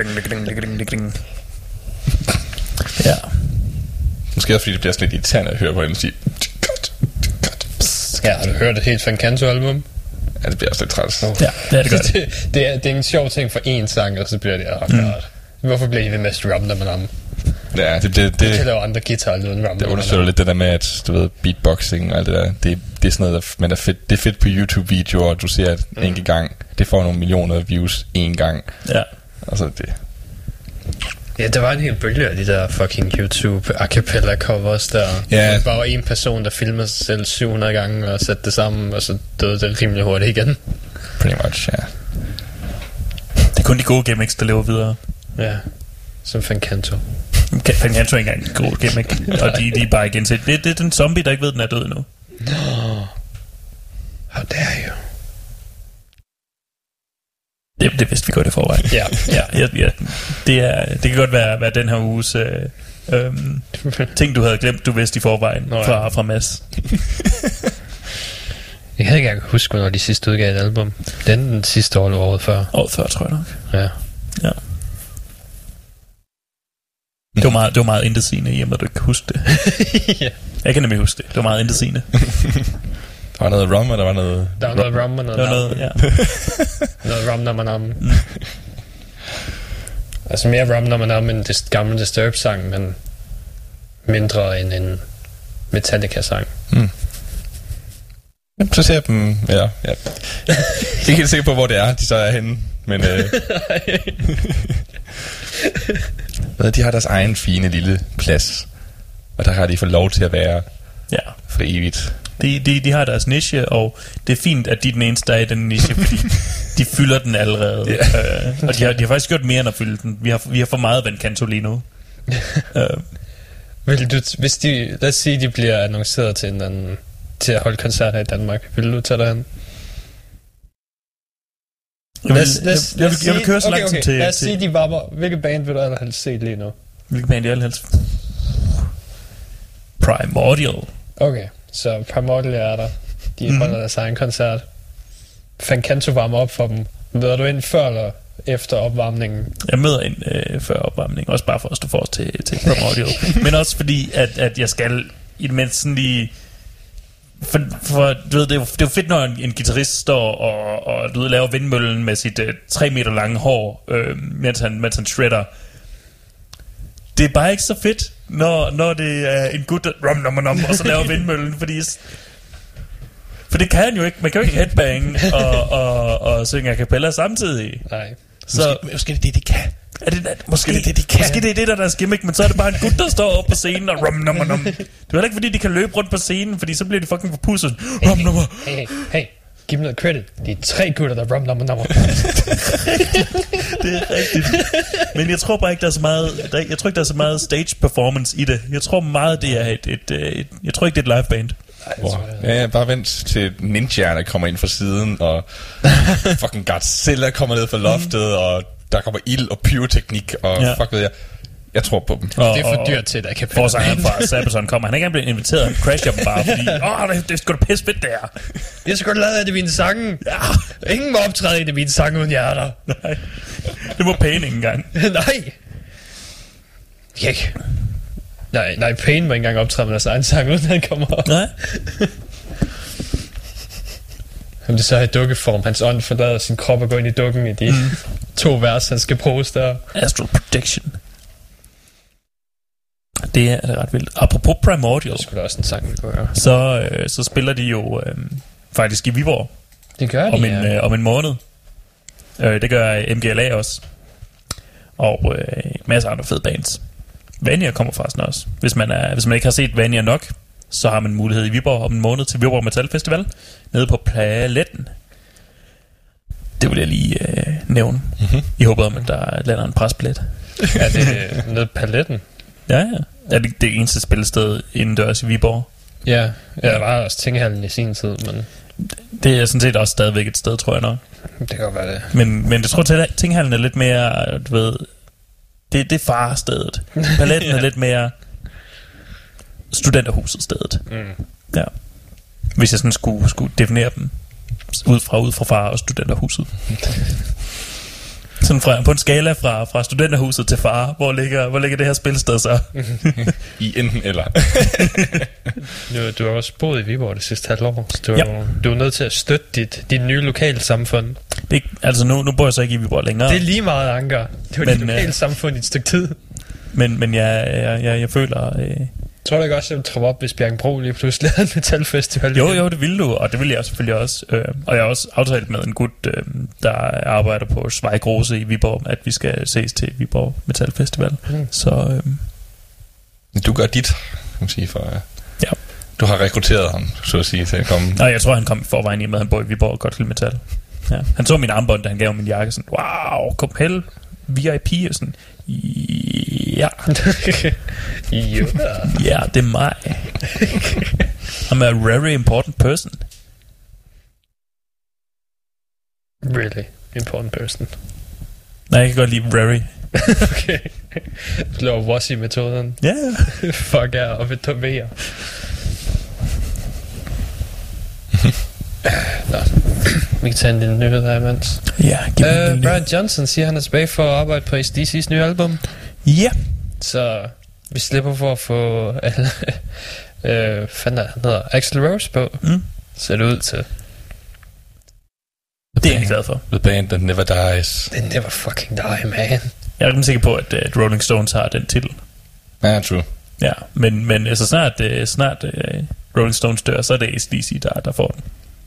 Ja. Måske også fordi det bliver sådan lidt irriterende at høre på hende sige cut, cut. Ja, har du hørt et helt Van Canto-album? Ja, det bliver også lidt træls. Ja, det er det godt. det, det, er, det er en sjov ting for én sang, og så bliver det... Oh, mm. Hvorfor bliver I ved med rum, nom, nom? Ja, det bliver... Det, det kan lave andre guitar-lyden. Det undersøger lidt det der med, at du ved, beatboxing og alt det der. Det, det er sådan noget, der, men er fedt, det er fedt på YouTube-videoer, og du ser at mm. enkelt gang. Det får nogle millioner views én gang. Ja. Altså det... Ja, der var en hel bølge af de der fucking YouTube a cappella covers der. Ja. Det bare var en person, der filmede sig selv syv hundrede gange og satte det sammen, og så døde det rimelig hurtigt igen. Pretty much, ja. Det er kun de gode gimmicks, der lever videre. Ja, som Van Canto. Van Canto er ikke engang en god gimmick, og de, de er bare igen til. Det, det er den zombie, der ikke ved, den er død endnu. No. How dare you? Det, det vidste vi godt i forvejen. Ja, ja, ja, ja. Det, er, det kan godt være, være den her uges øh, øh, ting, du havde glemt, du vidste i forvejen. Nå, ja. fra, fra Mads. Jeg kan ikke engang huske, hvornår de sidste udgav et album. Den den sidste år eller året før. Året før, tror jeg nok. Ja. Ja. Det var meget, det var meget intetsigende, i og med at du ikke kan huske det. Ja. Jeg kan nemlig huske det. Det var meget intetsigende. Der var noget rum, og der var noget... Der var noget rum, og noget... Der var noget, ja. noget rum, nam, nam. Mm. Altså mere rum, nam, nam end det gamle Disturbed-sang, men mindre end en Metallica-sang. Mm. Jamen, så ser jeg dem, ja, ja. Jeg er ikke helt sikker på, hvor det er, de så er henne, men øh, de har deres egen fine lille plads, og der har de fået lov til at være ja. for evigt. De, de, de har deres niche, og det er fint, at de er den eneste, der er i den niche, fordi de fylder den allerede. Yeah. Øh, og de har, de har faktisk gjort mere end at fylde den. Vi har, vi har for meget Vancanto lige nu. øh. Vil du, hvis de, lad os sige, de bliver annonceret til, en anden, til at holde koncerter i Danmark, vil du tage derhen? Jeg vil, jeg, jeg, jeg, vil, jeg vil køre så okay, langt okay. til... Lad os til, sige, de varmer. Hvilke band vil du allerhelst se lige nu? Hvilke band de allerhelst? Primordial. Okay, så Primordial er der. De mm. holder deres egen koncert. Vancanto varmer op for dem. Møder du ind før eller efter opvarmningen? Jeg møder ind øh, før opvarmningen. Også bare for at stå for os til, til Primordial. Men også fordi, at, at jeg skal i det mindste sådan lige... For, for du ved, det er, jo, det er jo fedt, når en, en guitarist står og, og du ved, laver vindmøllen med sit øh, tre meter lange hår, øh, mens, han, mens han shredder. Det er bare ikke så fedt, når, når det er en gut, der rum, nom, nom, og så laver vindmøllen, fordi... For det kan han jo ikke. Man kan jo ikke headbang og, og, og synge a cappella samtidig. Nej. Så, måske, måske det er det, de kan. Er det, måske, det, det, de kan. Måske det er det, der er deres gimmick, men så er det bare en gut, der står oppe på scenen og rum, nom, nom. Det er heller ikke, fordi de kan løbe rundt på scenen, fordi så bliver de fucking forpusset. Rum, nom. Hey, hey, hey. Giv mig noget credit. De er tre gutter, der rum, nom, nom. Det er rigtigt. Men jeg tror bare ikke, der er så meget... Der, jeg tror ikke, der er så meget stage performance i det. Jeg tror meget, det er et... et, et, et jeg tror ikke, det er et liveband. Wow. Ja, bare vent til ninjaerne kommer ind fra siden, og fucking Godzilla kommer ned fra loftet, og der kommer ild og pyroteknik, og ja. Fuck ved jeg. Jeg tror på dem. Og, det er for dyrt til, at jeg kan pille. Forsangeren fra Sabaton kommer. Han er ikke engang blevet inviteret, han crasher dem bare, fordi åh, det, det er sgu da pisse fedt, det her. Jeg skal godt lade af det mine sange. Ja. Ingen må optræde i det mine sange uden hjerter. Nej. Det må Pain ikke engang. Nej. Ikke. Nej, nej, Pain må ikke engang optræde med deres egen sang, uden han kommer op. Nej. Om det så er i dukkeform, hans ånd forlader sin krop og går ind i dukken i de mm. to vers, han skal bruges der. Astral Protection. Det er, det er ret vildt. Apropos Primordial, det skulle da også en sang, vi kunne høre. Så, øh, så spiller de jo øh, faktisk i Viborg. Det gør de, om en, ja. øh, om en måned. Øh, det gør M G L A også. Og øh, masser af andre fede bands. Vania kommer forresten også. Hvis man, er, hvis man ikke har set Vania nok, så har man mulighed i Viborg om en måned til Viborg Metal Festival nede på Paletten. Det vil jeg lige øh, nævne. Mm-hmm. I håber om, at der lander en presbillet. Er det nede på Paletten? Ja, ja. Er det det eneste spillested indendørs i Viborg? Ja, ja, der var også Tinghallen i sin tid, men... Det er sådan set også stadigvæk et sted, tror jeg nok. Det kan godt være det. Men, men jeg tror til, at Tinghallen er lidt mere, du ved... Det, det er farestedet. Paletten ja. Er lidt mere studenterhuset stedet. Mm. Ja. Hvis jeg sådan skulle, skulle definere dem ud fra, ud fra far og studenterhuset. Sådan fra, på en skala fra, fra studenterhuset til far, hvor ligger, hvor ligger det her spilsted så? I enten eller. du, du har også boet i Viborg det sidste halvt år, så du, ja. du er nødt til at støtte dit, dit nye lokalsamfund. Det, altså nu, nu bor jeg så ikke i Viborg længere. Det er lige meget, Anker. Det var men, dit lokalsamfund i et stykke tid. Men, men jeg, jeg, jeg, jeg føler... Øh, tror du ikke også, at jeg ville troppe op, hvis Bjergbro lige pludselig havde en metalfestival? Jo, jo, det ville du, og det ville jeg selvfølgelig også. Øh, og jeg har også aftalt med en gut, øh, der arbejder på Schweigrose i Viborg, at vi skal ses til Viborg Metal Festival. Mm. Så... Øh, du gør dit, kan man sige, for... Uh, ja. Du har rekrutteret ham, så at sige, til at komme... Nej, jeg tror, han kom i forvejen i med, at han bor i Viborg og godt til metal. Ja. Han så min armbånd, da han gav min jakke, sådan, wow, kom hel, V I P, og sådan... Ja. Ja. Ja, det er mig. I'm a very important person. Really important person. Nej, jeg kan godt lide very. Okay. Du laver Wossi-metoden. Ja. Yeah. Fuck er og vil tomere. Nå, vi kan tage en lille nyhed her imens. Ja, giv mig uh, Brian Johnson siger, han er tilbage for at arbejde på A C D C's nye album. Ja. Så vi slipper for at få øh, fanden han hedder Axl Rose på. Mm. Ser det ud til. Det er jeg glad for. The band that never dies. They never fucking die, man. Jeg er rimelig sikker på, at, at Rolling Stones har den titel. Ja, yeah, true. Ja, men, men altså snart, uh, snart uh, Rolling Stones dør, så er det A C D C, der, der får den.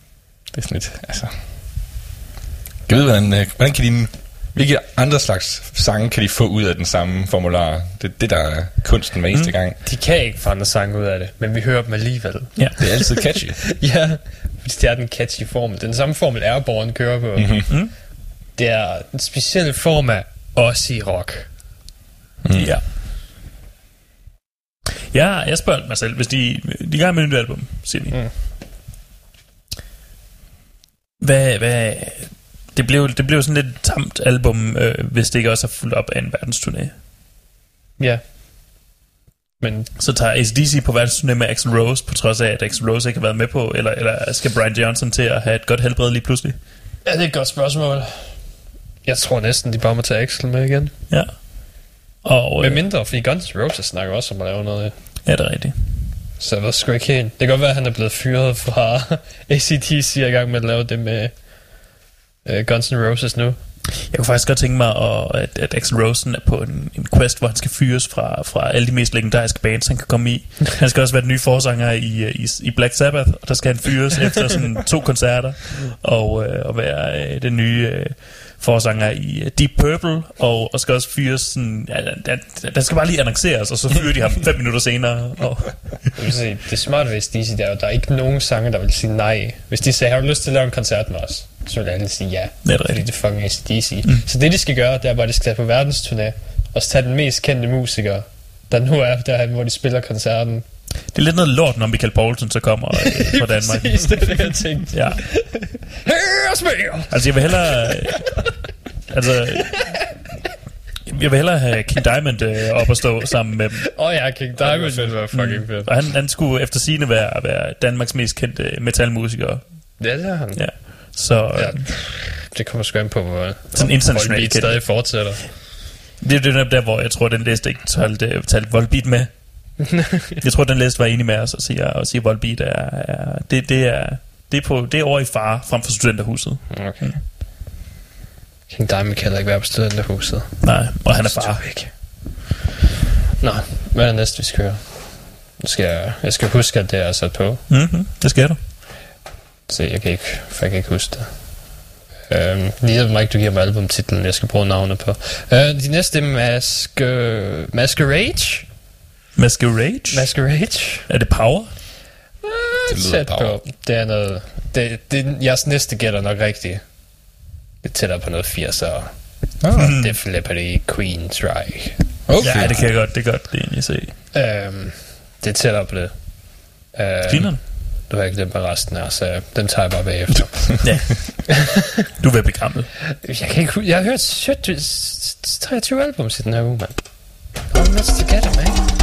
Det er sådan lidt, altså... Jeg ved, hvordan, øh, hvordan kan de... Hvilke andre slags sange kan de få ud af den samme formular? Det er det, der er kunsten hver eneste mm. gang. De kan ikke få andre sange ud af det, men vi hører dem alligevel. Ja. Det er altid catchy. Ja, fordi det er den catchy formel. Den samme formel Airborne kører på. Mm-hmm. Mm. Det er en speciel form af Aussie-rock. Mm. Ja. Ja, jeg spørger mig selv, hvis de, de gør med et nyt album, siger de. Mm. Hvad, hvad... Det blev, det blev sådan lidt et tamt album, øh, hvis det ikke også er fuldt op af en verdensturné. Ja. Men Så tager A C D C på verdensturné med Axl Rose, på trods af, at Axl Rose ikke har været med på, eller, eller skal Brian Johnson til at have et godt helbred lige pludselig? ja, det er et godt spørgsmål. Jeg tror næsten, de bare må tage Axl med igen. Ja. Og, Med øh, mindre, fordi Guns N' Roses snakker også om at lave noget. ja, det er rigtigt. Så jeg ved sgu ikke helt. Det kan godt være, at han er blevet fyret fra A C D C er i gang med at lave det med uh, Guns N' Roses nu. Jeg kunne faktisk godt tænke mig, at, at, at Axl Rose er på en, en quest, hvor han skal fyres fra, fra alle de mest legendariske bands, han kan komme i. Han skal også være den nye forsanger i, i, i Black Sabbath, og der skal han fyres efter sådan to koncerter, og, øh, og være øh, den nye øh, forsanger i uh, Deep Purple, og, og skal også fyres sådan... Ja, der, der skal bare lige annonceres, og så fyrer de ham fem minutter senere. Og Jeg vil sige, det smarte ved A C D C, det er jo, der er ikke nogen sanger, der vil sige nej. Hvis de sagde, har du lyst til at lave en koncert med os? Så vil alle sige ja, det er fordi rigtigt. det er fucking A C D C. Mm. Så det de skal gøre, det er bare, at de skal tage på verdensturné, og så tage den mest kendte musiker, der nu er derhen, hvor de spiller koncerten. det er lidt noget lort, når Michael Poulsen så kommer øh, fra Danmark. Præcis, det er det, jeg tænkte. Ja. Hør os mere! Altså, jeg vil hellere... altså... Jeg vil hellere have King Diamond øh, op og stå sammen med dem. Åh oh, ja, King Diamond ville være fucking fedt. Og han, han skulle efter sigende være, være Danmarks mest kendte metalmusiker. Ja, det er han. Ja. Så Ja, øh, det kommer sgu an på, hvor sådan internationalt Volbeat kendt. stadig fortsætter. det er det netop der, hvor jeg tror, den liste ikke talte, talte Volbeat med. Jeg tror, den liste var enig med os og siger, og siger Volbeat er, er, det, det er det er, på, det er over i fare frem for studenterhuset. Okay. King Diamond kan heller ikke være på studenterhuset. Nej, og han er far. Ikke. Nå, hvad er det næste, vi skal høre? Nu skal jeg, jeg skal huske, at det er sat på. Mm-hmm, det skal du. Se, jeg kan ikke, for jeg kan ikke huske det. Um, lige mig ikke, du giver mig albumtitlen, jeg skal bruge navnet på. Uh, de næste er Maske... Masquerade? Masquerade? Masquerade? Er det Power? Uh, Det lyder tæt power. på. Det er noget... Det, det, jeres næste gætter nok rigtigt. Det er tættere på noget firsere. Ah. Det er Flippity Queen Strike. Okay. Ja, det kan jeg godt, det kan godt det egentlig se. Um, det er tættere på det. Um, Fineren? Du har ikke glemt, hvad resten er, så den tager jeg bare bagefter. Ja. Du er ved at blive gammel. Jeg kan ikke hu- Jeg har hørt sytten, treogtyve albums i den her uge, mand. I'm not together, man.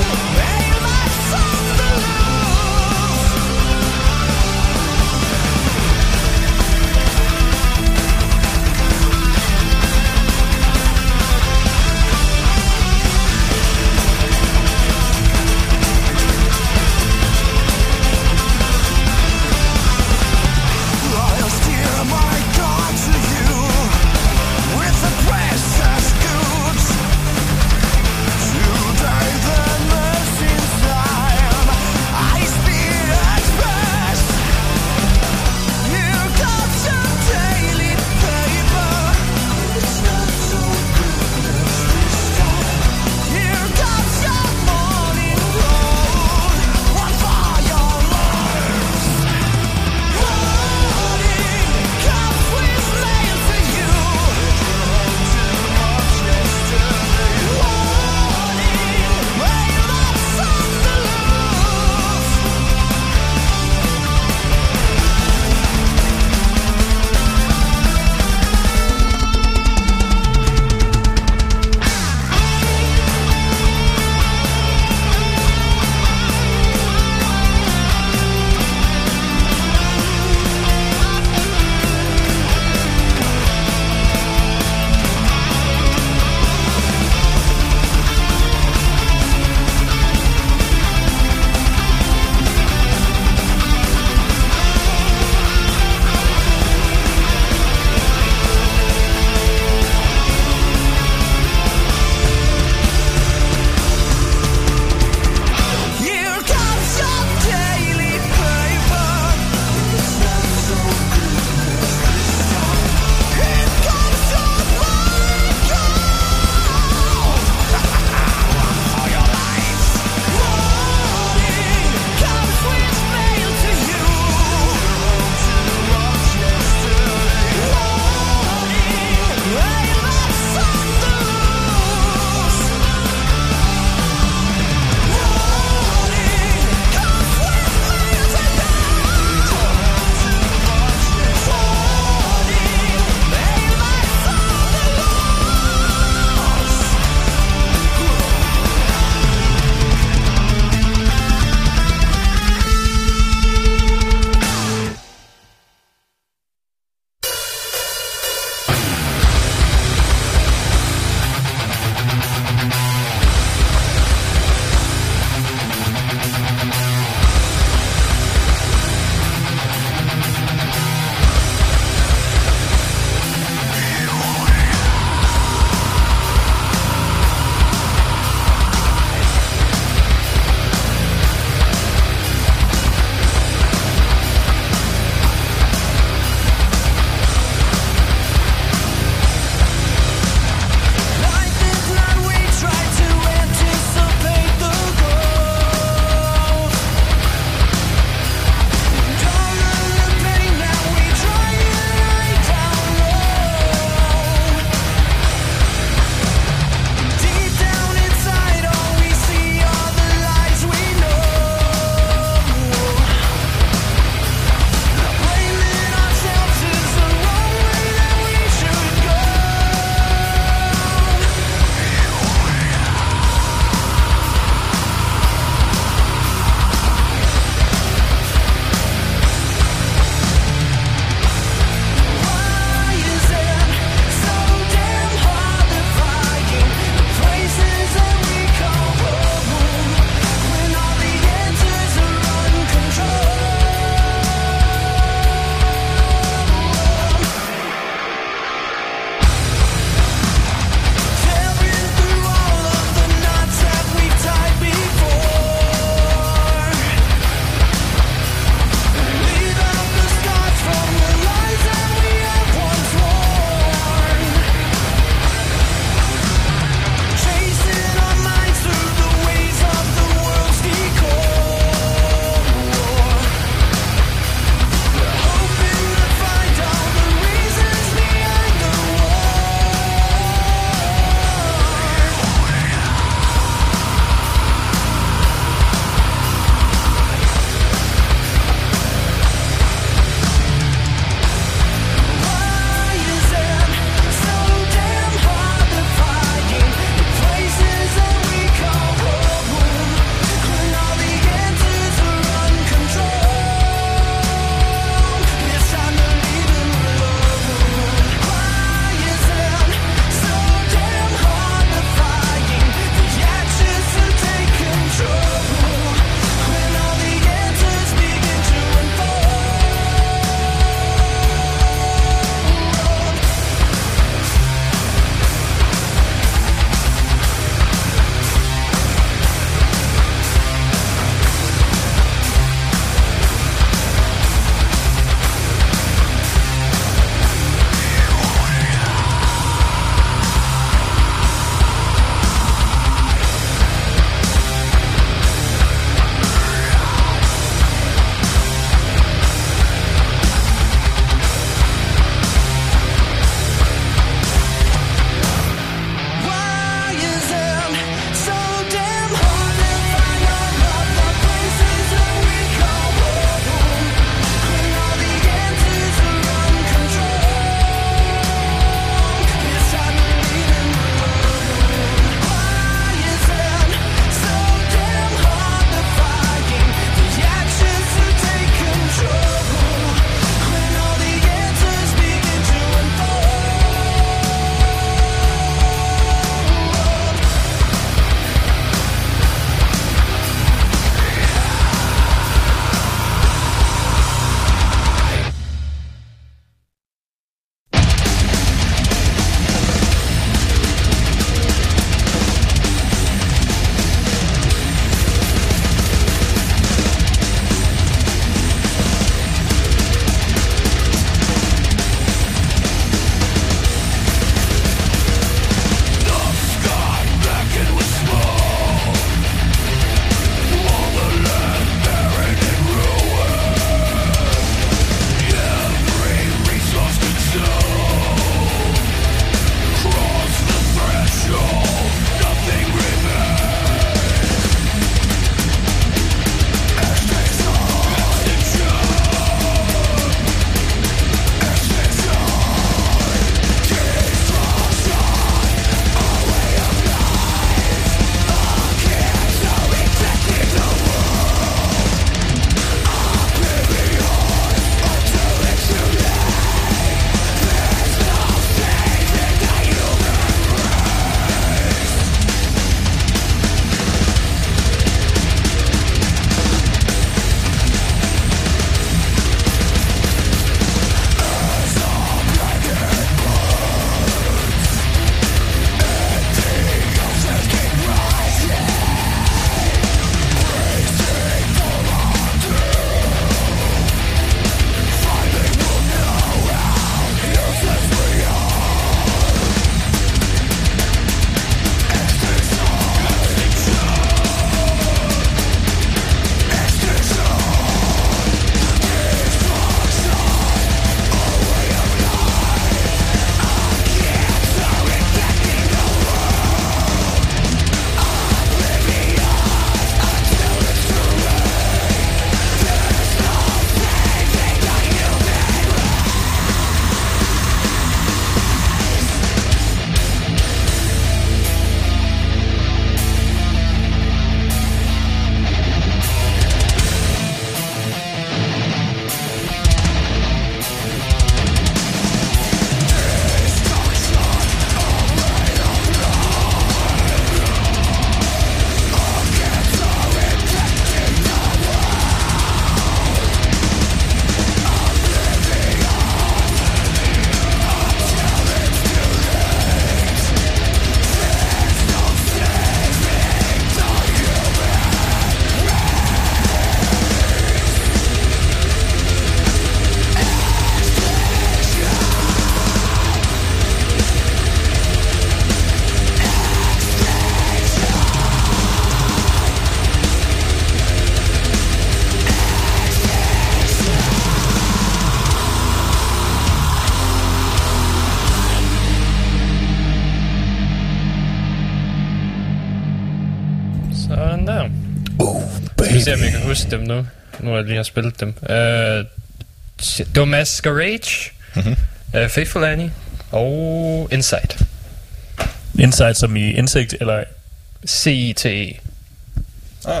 skal se, om jeg kan huske dem nu. Nu har jeg lige har spillet dem. Uh, det var Masquerade, Mm-hmm. uh, Faithful Annie og Insight. Insight som i indsigt, eller... C I T E. Ah.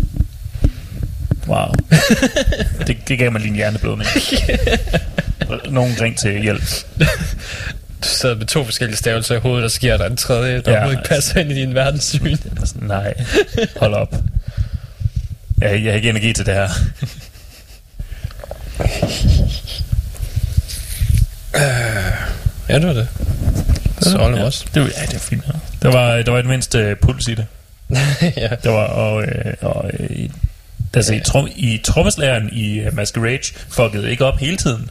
Wow. det, det gav mig lige en hjerneblødning. Nogen ring til hjælp. Du sidder med to forskellige stavelser i hovedet, der sker der en tredje, der Ja, overhovedet ikke passer ind i din verdenssyn. Sådan, nej, hold op. Jeg, jeg har ikke energi til det her. Ja, det var det. Så alle ja, os. det var, ja, det var fint. Ja. Der var, der var et mindst uh, puls i det. Ja. Der var, og, øh, og øh, altså, i, trom, i trommeslæren i uh, Masquerade fuckede ikke op hele tiden.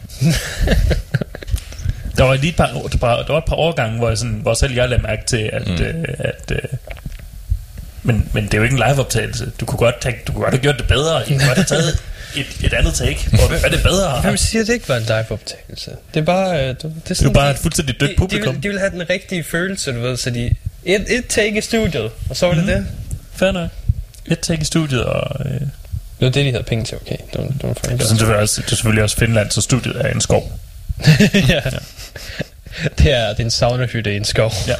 Der var lige et par, der var, der var et par årgange, hvor, jeg sådan, hvor selv jeg lagde mærke til, at... Mm. Øh, at øh, men, men det er jo ikke en liveoptagelse. Du kunne godt, tænke, du kunne godt have gjort det bedre. Du kunne godt have taget et, et andet take, hvor du gør det bedre. Hvem siger, det ikke var en live-optagelse? Det er bare... Øh, det, det er, Det er jo bare et fuldstændig dødt de, publikum. de, vil, de vil have den rigtige følelse, du ved, så de... Et, et take i studiet, og så var det mm. det. Fair nok. Et take i studiet, og... Øh, Det var det, de havde penge til, okay. Det var, det var det, er selvfølgelig også, det er selvfølgelig også Finland, så studiet er en skov. ja. ja. Det er, det er en saunahytte i en skov. Ja.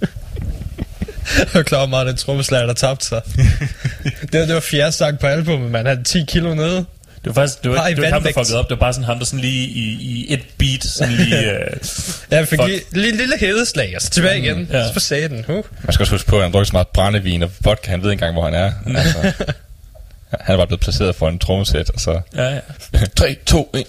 Jeg var klar meget, den trommeslager, der tabte sig. det, var, det var fjerde sang på albumet, man havde ti kilo nede. Det var faktisk, det var, Bare i det var ikke ham, der vandvægt. fuckede op. Det var bare sådan ham, der sådan lige i, i et beat, sådan lige... Øh, Ja, jeg fik Fuck. lige, lige en lille hedeslag, og så tilbage igen. Mm, ja. Så for satan. Uh. Man skal også huske på, at han drukker så meget brændevin og vodka, han ved ikke engang, hvor han er. Altså, han er bare blevet placeret for en trommesæt, og så... ja, ja. tre, to, et...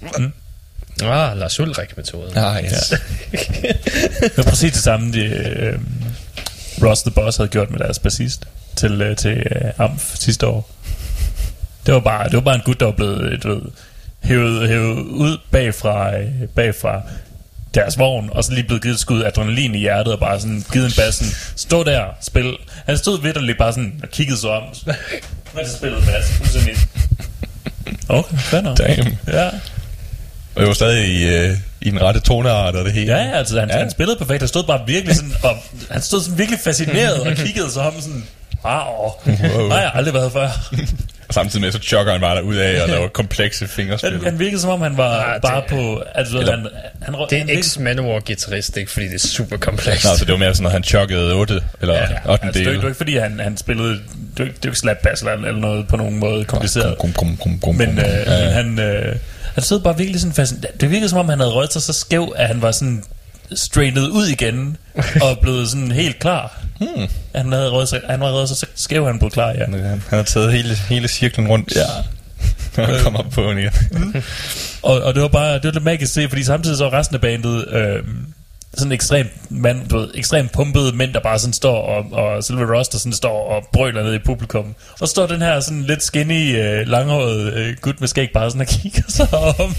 Ah, Lars Ulrik-metoden. Ah, yes. Det var præcis det samme, de, øh, Ross the Boss havde gjort med deres bassist til, øh, til øh, Amf sidste år. Det var bare, det var bare en gut, der var blevet, du ved, hævet, hævet ud bagfra, øh, bagfra deres vogn, og så lige blevet givet et skud adrenalin i hjertet, og bare sådan givet en bassen, stå der, spil. Han stod vitterligt bare sådan og kiggede sig om, og så spillede bassen, fuldstændig. Okay, fair nok. Damn. Ja. Og det var stadig i, øh, i den rette toneart og det hele. Ja, ja, altså han, ja. han spillede perfekt. Han stod bare virkelig sådan, og han stod sådan virkelig fascineret og kiggede sig om sådan, wow, Wow. nej, jeg har aldrig været før. Og samtidig med, så chokker han bare derudad og laver komplekse fingerspil. Han, han virkede som om, han var Ah, ah, bare det- på, altså Eller- han, han, Det er han en ex-Manowar-guitarist, ikke? Fordi det er super komplekst. Nå, så det var mere sådan, at han chokkede otte eller Ja, ottende altså, det, del. var, det var ikke fordi, han, han spillede, det var, ikke- det var ikke slap bass eller, eller noget på nogen måde kompliceret. Grum, grum, grum, grum, Men, grum. øh, Ja, ja. men han, øh, han stod bare virkelig sådan fast. Det virkede som om, han havde røget sig så skæv, at han var sådan straightet ud igen, og blevet sådan helt klar. Hmm. Han havde røget sig, han var røget sig så skæv, han blev klar, ja. Han, han har taget hele, hele cirklen rundt. Ja. Og han kommer op på den igen. Og, og det var bare, det var lidt magisk at se, fordi samtidig så var resten af bandet øh, sådan ekstremt mand, du ved, ekstremt pumpede mænd, der bare sådan står, og, og Silver Ross, der sådan står og brøler ned i publikum. Og så står den her sådan lidt skinny, øh, langhåret øh, gut med skæg bare sådan og kigger sig om.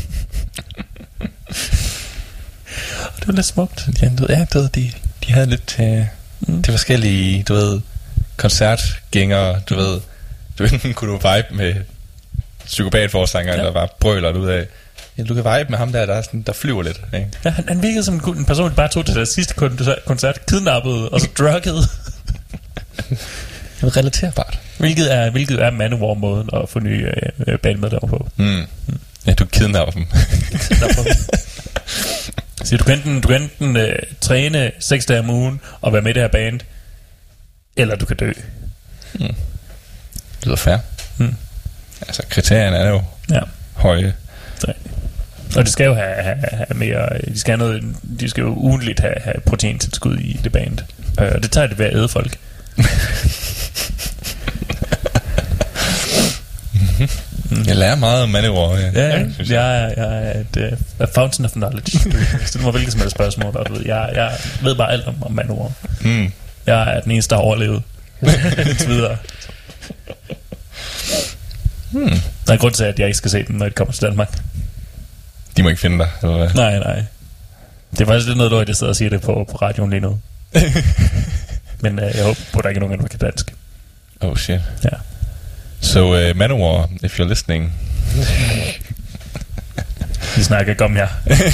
Og det var lidt smukt. Ja, du ved, ja, du ved, de, de havde lidt øh, mm. de forskellige, du ved, koncertgængere, du ved, du enten kunne du vibe med psykopatforsanger, ja. Der bare brøler ud af. Ja, du kan vibe med ham der, der, er sådan, der flyver lidt. Ikke? Ja, han, han virkede som en, en person, der bare tog til deres sidste koncert, koncert kidnappede og så druggede. Det er relaterbart. Hvilket er, hvilket er Manowar-måden at få nye øh, bandmedlemmer på. Mm. Mm. Ja, du kidnapper dem. Så du kan enten, du kan enten øh, træne seks dage om ugen og være med i det her band, eller du kan dø. Mm. Det lyder fair. Mm. Altså, kriterierne er jo Ja. høje. Så, og de skal jo have, have, have mere, de skal, have noget, de skal jo ugentligt have, have proteintilskud i det band. Øh, og det tager det ved at æde folk. Mm. Jeg lærer meget om Manowar. Ja, Ja, ja. synes Jeg, er, jeg er et uh, a fountain of knowledge. Stil mig hvilket som helst spørgsmål. Der, du ved. Jeg, jeg ved bare alt om, om Manowar. Mm. Jeg er den eneste, der har overlevet. Indtil videre. Hmm. Der er grund til, at jeg ikke skal se dem, når det kommer til Danmark. De må ikke finde dig, eller hvad? Nej, nej. Det er faktisk lidt noget, der sidder og siger det på, på radioen lige nu. Men uh, jeg håber på, at der ikke er nogen, der kan dansk. Oh shit. Ja. So, uh, Manowar, if you're listening. Vi snakker ikke om jer.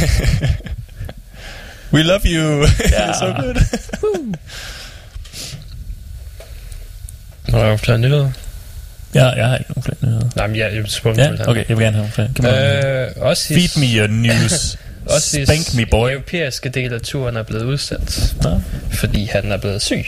We love you. Ja. It's so good. Nå, der er jo flere nyheder. Ja, jeg har ikke nogen flere nyheder. Nej, men jeg er spurgt. Ja, okay, jeg vil gerne have nogle flere. Øh, også i, Feed me your news. også i Spank me, boy. Den europæiske del af turen er blevet udsat, Nå. fordi han er blevet syg.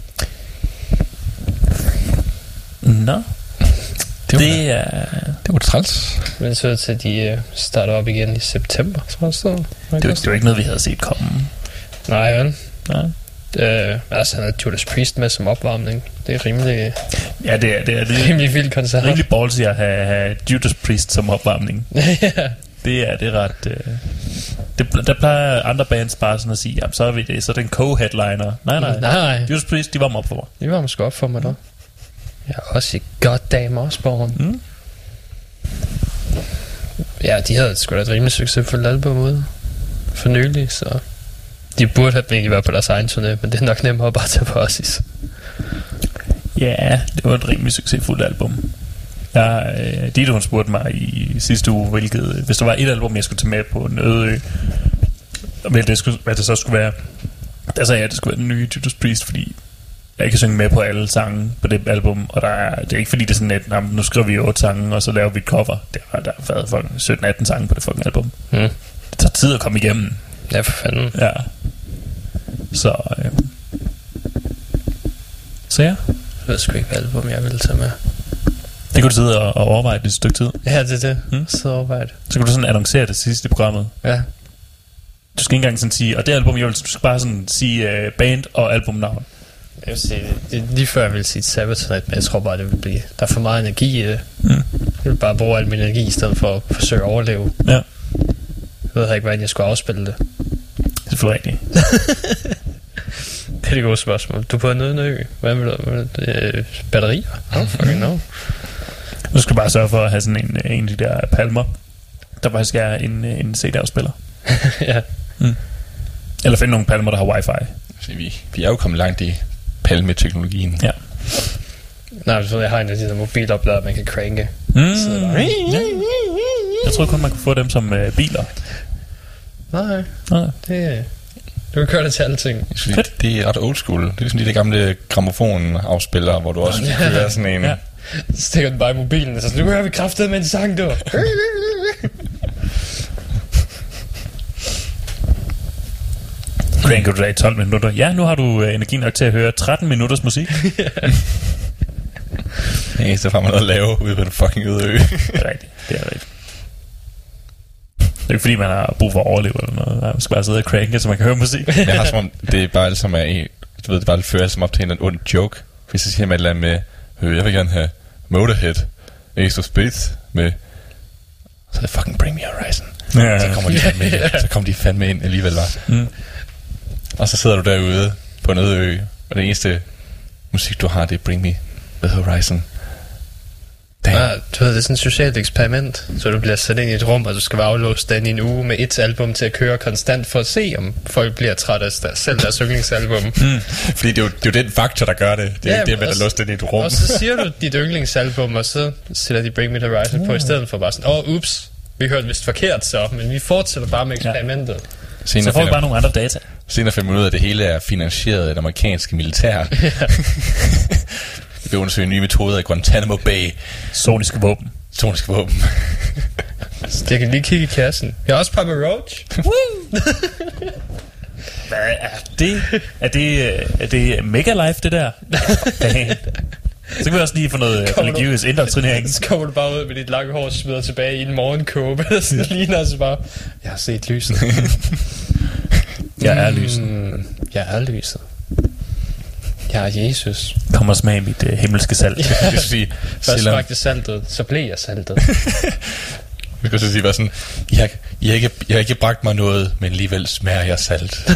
Nå. Det, Det er... det var træls. Men så til at de uh, starter op igen i september, tror jeg så. Det var, det var ikke noget, vi havde set komme. Nej, vel? Nej. Øh, altså, han har Judas Priest med som opvarmning. Det er rimelig, Ja, det er, det er, det er rimelig vild koncert. rimelig ballsy at have, have Judas Priest som opvarmning. Ja. Det er, det er ret... Øh, det, der plejer andre bands bare sådan at sige, jamen så er vi det, så er det en co-headliner. Nej, nej. Nej, nej. Judas Priest, de var op for mig. Det var måske op for mig, da. Ja, også i Goddamn Osborne. Mm. Ja, de havde sgu da et rimelig succesfuldt album ude for nylig, så de burde have egentlig været på deres egen turné, men det er nok nemmere bare at tage på Ossis. Ja, det var et rimelig succesfuldt album. Jeg, øh, Ditte, hun spurgte mig i sidste uge, hvilket, hvis der var et album, jeg skulle tage med på en øde ø, hvad det, skulle, hvad det så skulle være. Der sagde jeg, at det skulle være den nye Judas Priest, fordi jeg ikke kan synge med på alle sange på det album, og der er, det er ikke fordi, det er sådan et, nah, nu skriver vi otte sange, og så laver vi et cover. Det har, der har været sytten atten sange på det fucking album. Mm. Det tager tid at komme igennem. Ja, for fanden. Ja. Så, øh. Så ja. Jeg ved sgu ikke, hvad album jeg ville tage med. Det kunne du sidde og, og overveje det et stykke tid. Ja, det er det. Mm. Så overveje det. Så kunne du sådan annoncere det sidste i programmet. Ja. Du skal ikke engang sådan sige, og det album, jeg vil, du skal bare sådan sige uh, band og albumnavn. Jeg vil sige, det, lige før jeg ville sige Sabotage, men jeg tror bare, det vil blive... Der er for meget energi i det. Mm. Jeg vil bare bruge al min energi, i stedet for at forsøge at overleve. Ja. Jeg ved ikke, hvordan jeg skulle afspille det. Det er selvfølgelig rigtigt. Det er det gode spørgsmål. Du er på en øde ø. Hvad vil du? Hvad vil du? Øh, batterier? Oh, fucking no. Du skal bare sørge for at have sådan en, en af de der palmer, der faktisk er en, en C D-afspiller. Ja. Mm. Eller finde nogle palmer, der har wifi. Så vi, vi er jo kommet langt i palmeteknologien. Ja. Nej, så jeg har en af de der mobilopladere, man kan cranke. Mm. Så der... Jeg tror kun, man kunne få dem som uh, biler. Nej, Nej. det... Du kan køre det til alle ting. Det, det er ret old school. Det er ligesom de der gamle grammofonafspillere, hvor du også kan være sådan en... Ja. Så stikker den bare i mobilen, og så nu hører vi kraftet med en sang, du. Cranker du da i tolv minutter? Ja, nu har du uh, energi nok til at høre tretten minutters musik. Ja, så får man noget at lave ude på den fucking øde ø. Det er rigtigt, det er rigtigt. Det er ikke fordi, man har brug for at overleve eller noget. Man skal bare sidde og cranke, så man kan høre musik. Jeg har som om, det er bare alt som er en... Du ved, det bare det fører som op til en eller anden ond joke. Hvis jeg siger med et eller andet med... Øh, jeg vil gerne have Motorhead, Ace of Spades med... Så er det fucking Bring Me Horizon. Ja. Så kommer de fandme ind. Så kommer de fandme ind alligevel, var. Mm. Og så sidder du derude på en øde ø, og det eneste musik, du har, det er Bring Me The Horizon. Ja, du ved, det er sådan et socialt eksperiment. Så du bliver sat ind i et rum, og du skal være aflåst den i en uge med et album til at køre konstant, for at se, om folk bliver trætte af deres, selv deres yndlingsalbum. Mm. Fordi det er, jo, det er jo den faktor, der gør det. Det er Ja, ikke det med at og- låse det i et rum. Og så siger du dit yndlingsalbum, og så sætter de Bring Me The Horizon på, i stedet for bare sådan, åh, oh, ups, vi hørte vist forkert så, men vi fortsætter bare med eksperimentet. Senere Så får vi finder, bare nogle andre data. senere finder man ud af, at det hele er finansieret af det amerikanske militær. Vi vil undersøge nye metoder i Guantanamo Bay. Soniske våben. Soniske våben. Så jeg kan lige kigge i kassen. Jeg har også Papa Roach. Hvad er det? Er det, er det Mega Life, det der? Så kan vi også lige få noget Kommer du- religiøs indoktrinering. Så kommer du bare ud med dit lange hår, smider tilbage i en morgenkåbe. Så ligner altså bare, jeg har set lyset. Jeg er lyset. Mm, jeg er lyset. Jeg er Jesus. Kom og smag mit uh, himmelske salt. Jeg skulle sige, Først selvom, smagte saltet, så blev jeg saltet. jeg skulle så sige bare sådan, jeg, jeg, har ikke, jeg har ikke bragt mig noget, men alligevel smager jeg salt.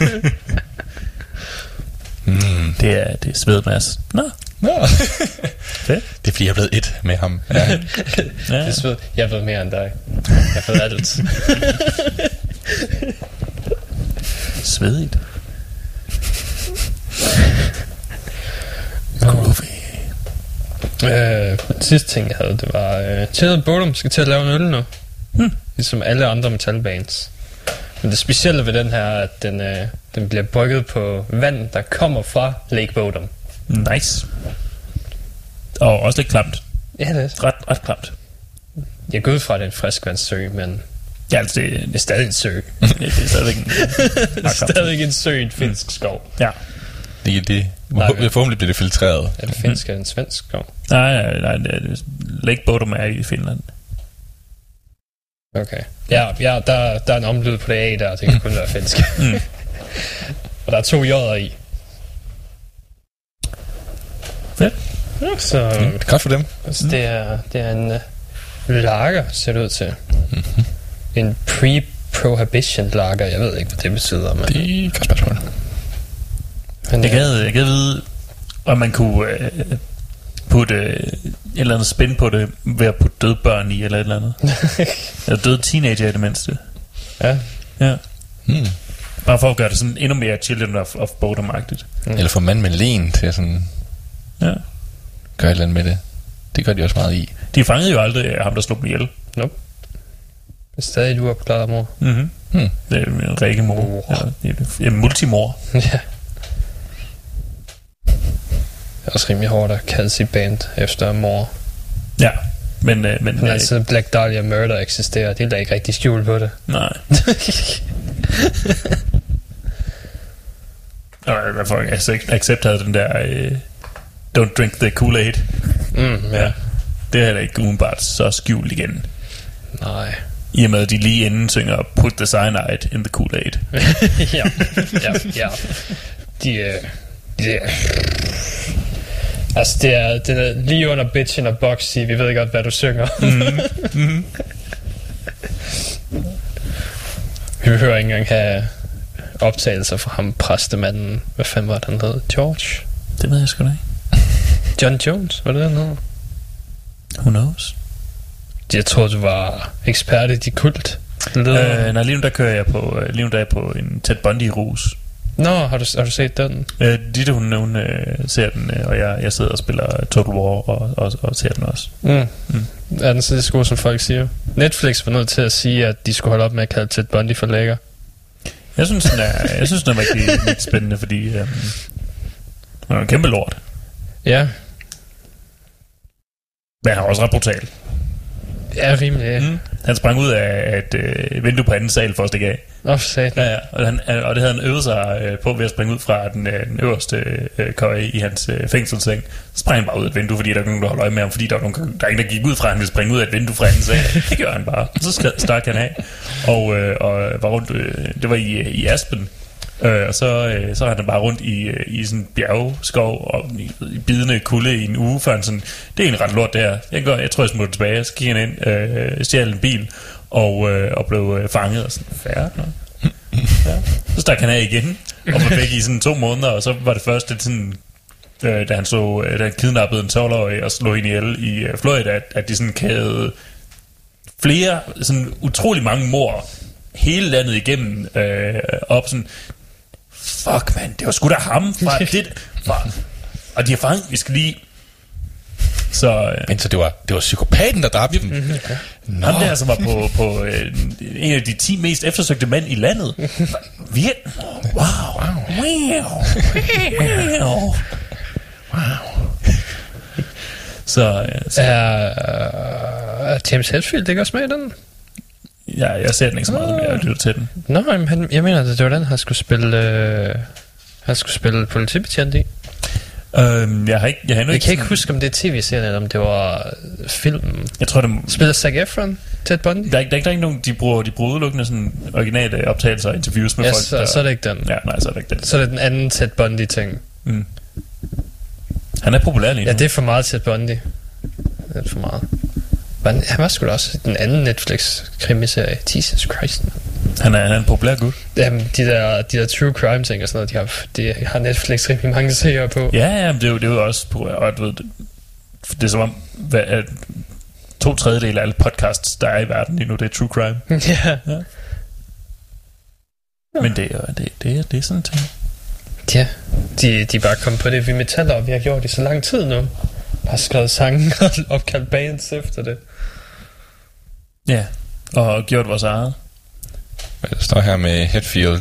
mm. Det er, det er svedet, Mads. Nå, Nå. fedt. Det er fordi, jeg er blevet et med ham. Ja. Ja. Det sved. Jeg ved mere end dig. Jeg ved alt. Svedigt. Groovy. Øh, sidste ting jeg havde, det var øh, Chad Bodum skal til at lave en øl nu. Hmm. Ligesom alle andre metalbands. Men det specielle ved den her er, at den, øh, den bliver brygget på vand, der kommer fra Lake Bodum. Nice. Og også lidt klamt. Ja, det er Ret, ret klamt. Jeg går ud fra, at det er en friskvandssø, men Ja, altså det, det er stadig en sø. det, det er stadigvæk en, Det er stadig en sø i en finsk skov. ja. Det, det, Nej, nej, forhåbentlig bliver det filtreret. Er det finsk eller en svensk skov? Nej, nej, nej, det er, Lake Bodom er i Finland. Okay. Ja, ja der, der er en omlyd på det A der, det kan kun være finsk. Mm. Og der er to J'er i. Fedt. Ja, så Mm. Godt for dem. altså, det, er, det er en uh, lager, ser det ud til. Mm-hmm. En pre-prohibition lager. Jeg ved ikke, hvad det betyder. Men, Det er et godt spørgsmål. men Jeg ja. gad, jeg gad vide, om man kunne øh, putte øh, et eller andet spin på det, ved at putte døde børn i, eller et eller andet. Eller døde teenager i det mindste. Ja. Ja. Hmm. Bare for at gøre det sådan endnu mere Children of, of Bodom-agtigt. Mm. Eller få mand med len til at sådan Ja. gøre et eller andet med det. Det gør de også meget i. De fangede jo aldrig ham, der slog dem ihjel. Nope. Det er stadig et uopklaret mor. Mm-hmm. Hmm. Det er en række mor. Eller, det er en multimor. Ja. Det er også rimelig hårdt at kalde sit band efter mor. Ja. Men, øh, men Men øh, altså Black Dahlia Murder eksisterer. Det er da ikke rigtig skjult på det. nej. Og hvad for Accept havde den der øh, Don't drink the Kool-Aid. Mm, ja. Ja. Det er da ikke umiddelbart så skjult igen. Nej. I og med at de lige inden synger Put the cyanide in the Kool-Aid. ja. Ja, ja. De, øh, de er... Altså, det er, det er lige under bitchen og boxy. Vi ved godt, hvad du synger. Mm-hmm. Vi behøver ikke engang have optagelser fra ham, præstemanden. Hvad fanden var det, han hed? George? Det ved jeg sgu da ikke. John Jones? Hvad er det, han hed? Who knows? Jeg tror, du var ekspert i de kult. Øh, nej, lige nu der kører jeg på, øh, lige nu der er jeg på en Ted Bundy-rus. Nå, har du, har du set den? Øh, Ditte, hun, hun øh, ser den, øh, og jeg, jeg sidder og spiller Total War og, og, og ser den også. Mm. Mm. Er den så det sko, som folk siger? Netflix var nødt til at sige, at de skulle holde op med at kalde Ted Bundy for lækker. Jeg synes, den er, jeg synes, den er rigtig, rigtig spændende, fordi øh, den er en kæmpe lort. Ja, Men han er også ret brutal. ja, rimelig. Ja. Mm. Han sprang ud af et øh, vindue på anden sal for at stikke af. Nå, for satan. Ja, ja. Og, han, og det havde han øvet sig øh, på ved at springe ud fra den, øh, den øverste øh, køje i hans øh, fængselsseng. Så sprang han bare ud af et vindue, fordi der var nogen, der holdt øje med ham, fordi der var, nogen, der var ingen, der gik ud fra, at han ville springe ud af et vindue fra anden sag. Det gjorde han bare. Så stak han af, og, øh, og var rundt, øh, det var i, i Aspen. Øh, og så, øh, så har han bare rundt i, øh, i sådan en bjergskov og i, i bidende kulde i en uge, før han sådan, det er en ret lort der. Jeg, går, jeg tror, jeg smutter tilbage. Så gik han ind, øh, stjal en bil og, øh, og blev øh, fanget og sådan, færre. Ja. Så stak han af igen og var væk i sådan to måneder, og så var det første sådan, øh, da han så, øh, da han kidnappede en tolv-årig og slog hende ihjel i øh, Florida, at, at de sådan kædede flere, sådan utrolig mange mord hele landet igennem øh, op sådan, fuck man, det var sgu da ham fra det, fra, og de har fanget, vi skal lige så øh, Men så det var, det var psykopaten, der dræbte dem. Mm-hmm. Nå. ham der, som var på, på øh, en af de ti mest eftersøgte mænd i landet. Virkelig? Wow. Wow. Wow. Wow. Så, øh, så Er, er James Hetfield ikke også med i den? ja, jeg ser den ikke så meget, men jeg lytter til den. Nå, men han, jeg mener, det var den, han skulle spille... Øh, han skulle spille politibetjent i. Øhm, jeg har ikke, jeg har endnu Jeg ikke kan ikke sådan- huske, om det er tv-serien, eller om det var filmen. Jeg tror, det Spiller Zac Efron Ted Bundy? Der er, ikke, der er ikke, der er ikke nogen, de bruger, de bruger udelukkende sådan originale optagelser og interviews med Ja, folk, så, der, så er det ikke den. Ja, nej, så er det ikke den. Så er det den anden Ted Bundy-ting. Mm. Han er populær lige nu. Ja, det er for meget Ted Bundy. Det er for meget. Men han var sgu da også den anden Netflix-krimiserie. Jesus Christ, man. Han er, han er en populær gut. Jamen, de der, de der true crime ting og sådan noget, de har, de har Netflix rimelig mange serier på. Ja, ja, men det er jo, det er jo også populær. Og du ved, det, det er som om, hvad, at to tredjedel af alle podcasts, der er i verden lige nu, det er true crime. Ja. Ja. Men det er, det, det, er, det er sådan en ting. Ja, de, de er bare kommet på det, vi metaller, vi har gjort i så lang tid nu. Bare skrevet sange og opkaldt bands efter det. Ja, og gjort vores eget. Jeg står her med Hetfield.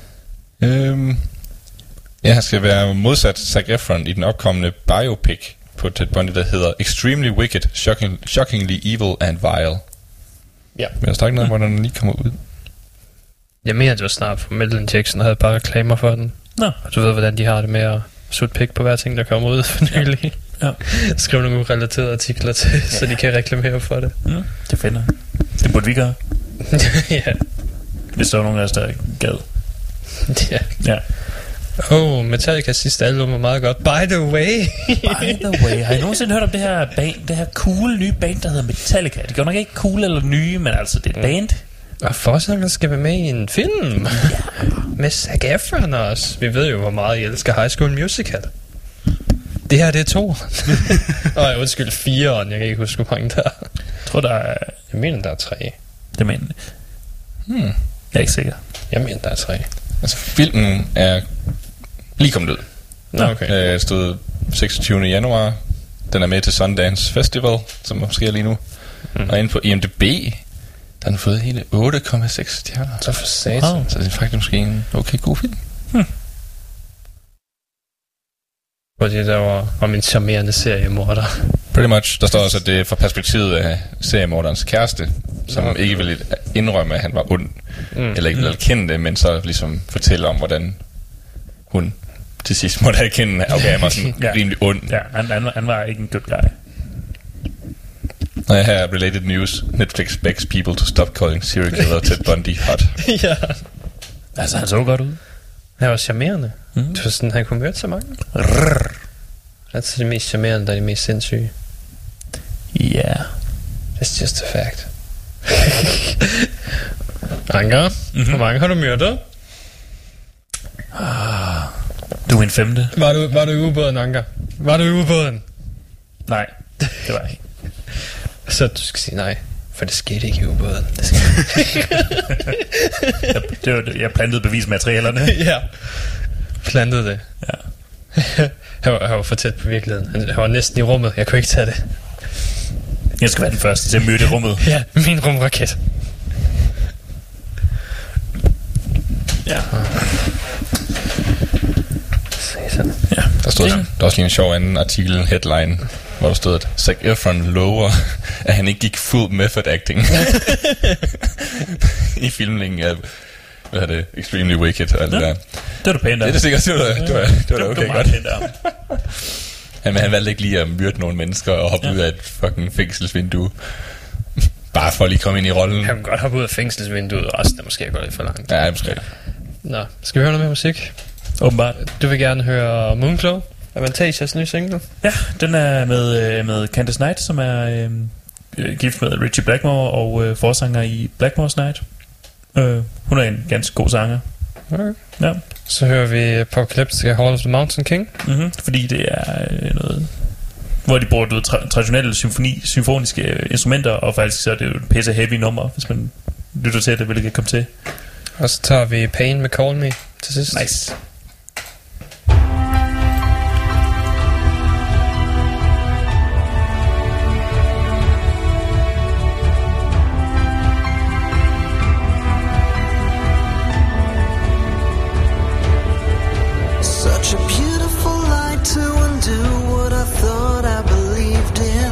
Øhm, ja, han skal være modsat Zac Efron i den opkommende biopic på Ted Bundy, der hedder Extremely Wicked, shocking, Shockingly Evil and Vile. Ja. Men jeg snakker noget, hvordan den lige kommer ud. Jeg mener, det var snart, for Madeline Jackson havde bare reklamer for den. Nå. Og du ved, hvordan de har det med at sutte pik på hver ting, der kommer ud for nylig. Ja. Ja. Skrive nogle relaterede artikler til, ja. Så de kan reklamere for det. Mm, det finder det burde vi gøre. Ja. Hvis der var nogen af os, der gad. Ja. Ja. Oh, Metallicas sidste album er meget godt. By the way. By the way. Har I nogensinde hørt om det her band, det her cool nye band, der hedder Metallica? Det går nok ikke cool eller nye, men altså det er et band. Og forsanger skal være med i en film. Ja. Med Zac Efron også. Vi ved jo, hvor meget I elsker High School Musical. Det her, det er to. Nej, undskyld, fire. Jeg kan ikke huske, hvor mange der er. Jeg tror, der er... Jeg mener, der er tre. Det mener hmm. Jeg er ikke sikker. Jeg mener, der er tre. Altså, filmen er lige kommet ud. Nå, okay. Øh, stod seksogtyvende januar. Den er med til Sundance Festival, som sker lige nu. Mm. Og inde på I M D B, der har den fået hele otte komma seks stjerner. Så for satan. Wow. Så det er faktisk måske en okay god film. Hmm. Fordi der var om en charmerende seriemorder. Pretty much. Der står også, at det er fra perspektivet af seriemorderens kæreste, som okay. ikke ville indrømme, at han var ond. Mm. Eller ikke ville erkende det, men så ligesom fortælle om, hvordan hun til sidst måtte erkende, at okay, han var sådan ja. rimelig ond. Ja, han, han, han var ikke en good guy. Og her er related news. Netflix begs people to stop calling serial killer Ted Bundy hot. Ja. Altså, han så godt ud. Han var charmerende. Mm. Det var sådan, han kunne møde så mange. Rrr. Altså det mest charmerende, der er det mest sindssyge. Ja. Yeah. It's just a fact. Anker, mm-hmm. Hvor mange har du myrdet? Ah, du er en femte. Var du, var du i ubåden, Anker? Var du i ubåden? Nej, det var jeg ikke. Så du skal sige nej, for det skete ikke i ubåden. jeg, det var, jeg plantede bevismaterialerne. Ja, plantede det. Ja. Han var, han var for tæt på virkeligheden. Han var næsten i rummet. Jeg kunne ikke tage det. Jeg skal være den første til at møde i rummet. Ja, min rumraket. Ja. Sådan. Ja, der stod der, der er også lige en sjov anden artikel, headline, hvor der stod, at Zac Efron lover, at han ikke gik full method acting i filmningen af, hvad er det, Extremely Wicked og alt ja, det der. Det var du pænt af. Det er det sikkert, det var, det var, det var, det var okay det var godt. Han, han valgte ikke lige at myrde nogle mennesker og hoppe ja. ud af et fucking fængselsvindue. Bare for at lige komme ind i rollen. Han kan godt hoppe ud af fængselsvinduet, og resten er måske gå lidt for langt. Ja, måske. Nå, skal vi høre noget mere musik? Åbenbart. Du vil gerne høre Moonclow, Avantagers nye single? Ja, den er med, med Candice Knight, som er øh, gift med Richie Blackmore og øh, forsanger i Blackmore's Night. Øh, hun er en ganske god sanger. Okay. Ja. Så hører vi Apocalyptica Hall of the Mountain King. Mm-hmm, fordi det er øh, noget, hvor de bruger noget tra- traditionelle symfoni, symfoniske øh, instrumenter, og faktisk så er det jo en pisse heavy nummer, hvis man lytter til det, vil ikke komme til. Og så tager vi Pain med Call Me til sidst. Nice. Such a beautiful light to undo what I thought I believed in.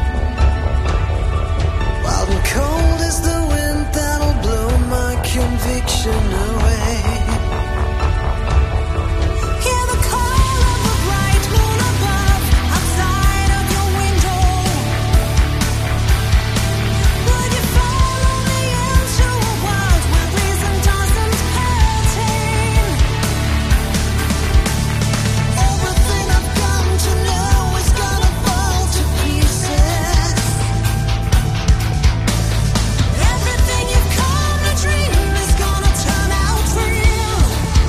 Wild and cold is the wind that'll blow my conviction away. Hear the call of the bright moon above, outside of your window. Would you follow me into a world where reason doesn't pertain? Everything I've come to know is gonna fall to pieces. Everything you've come to dream is gonna turn out real.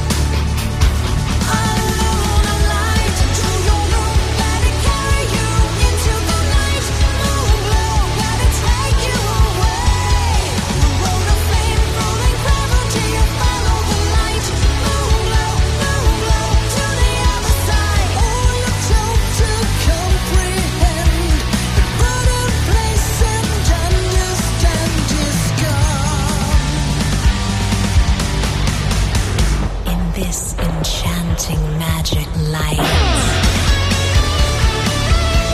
I'm alone, I'm light to your room. Let it carry you into the night. Moonglow, let it take you away. The road of flame, rolling gravity. Follow the light. Moonglow, moonglow to the other side. All you're told to comprehend. The burden place and understand is gone. In this enchanting magic light,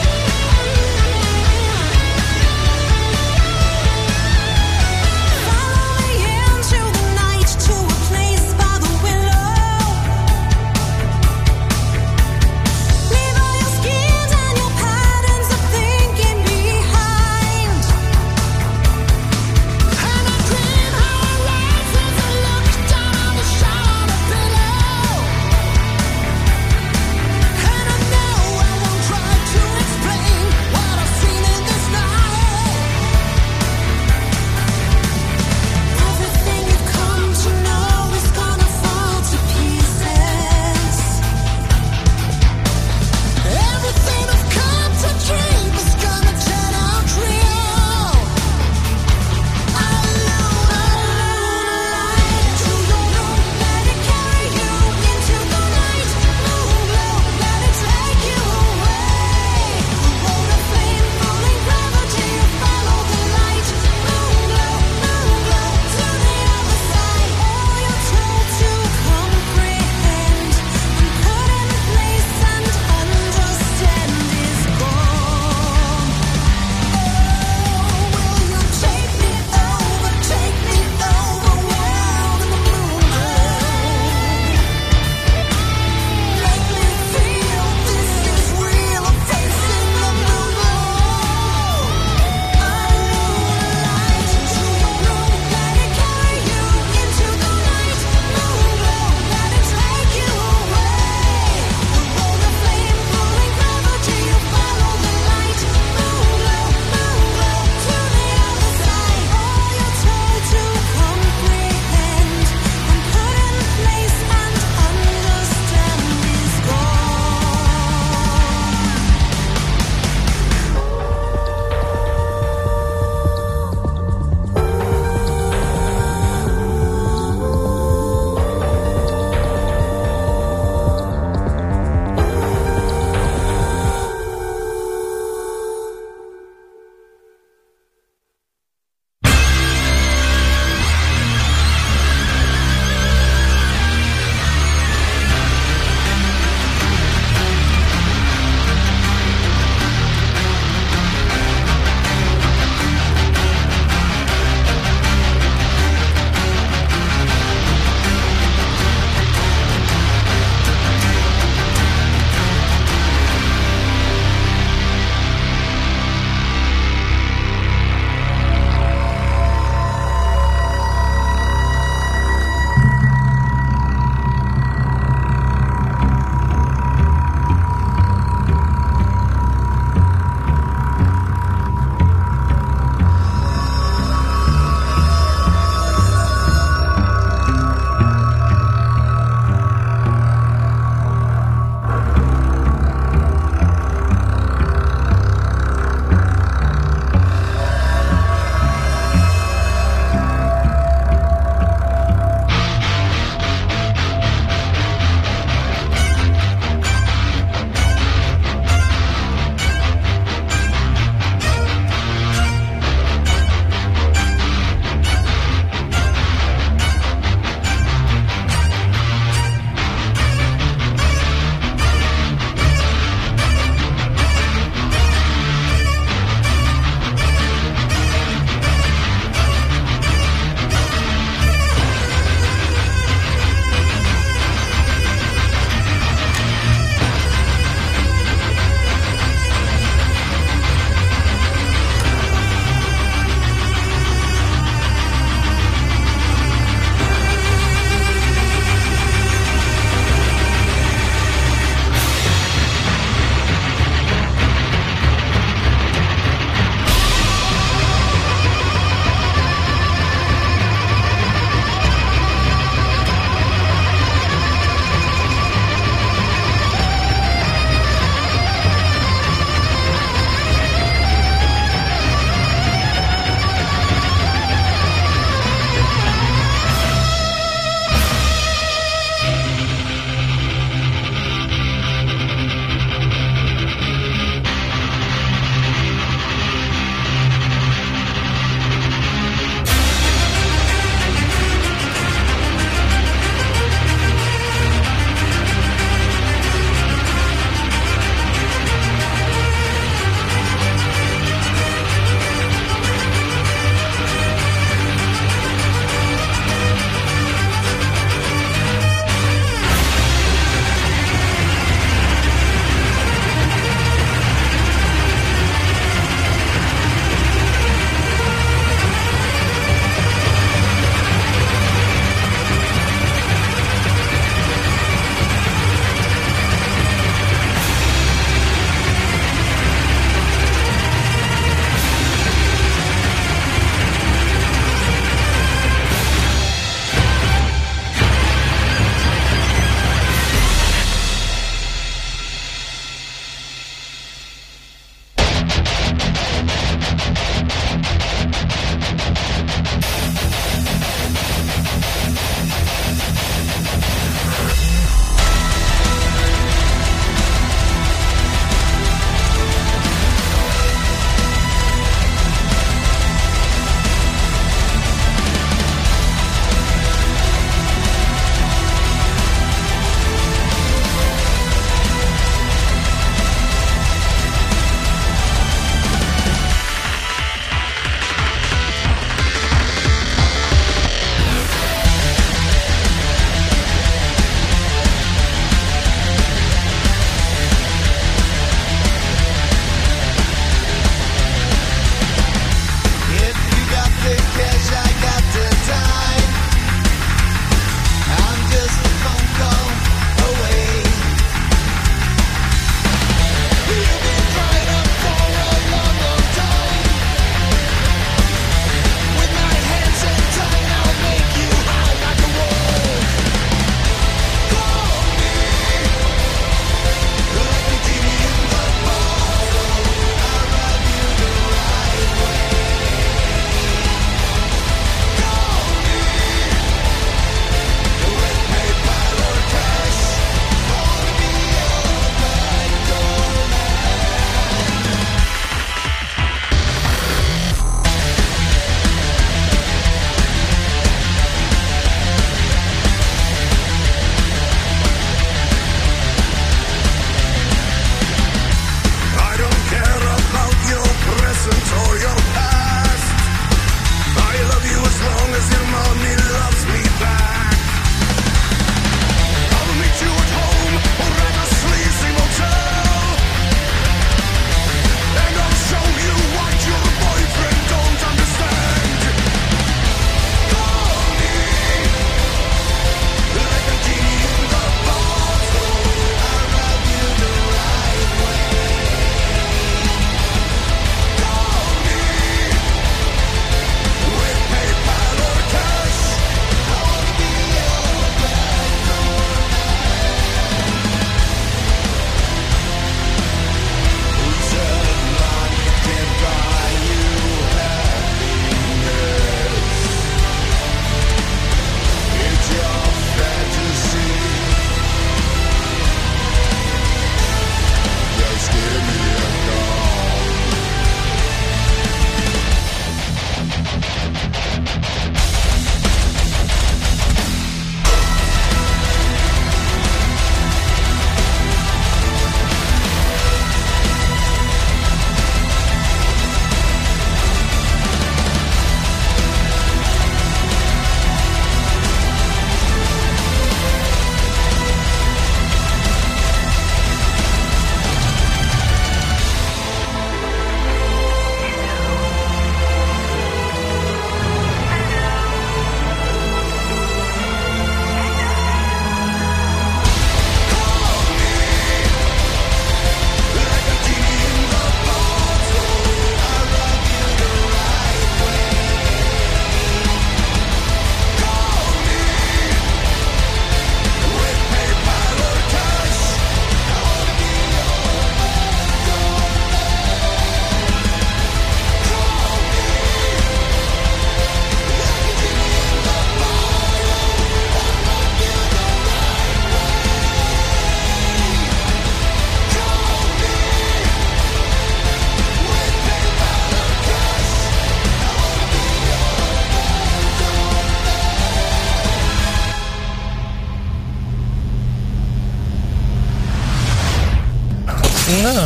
Nå.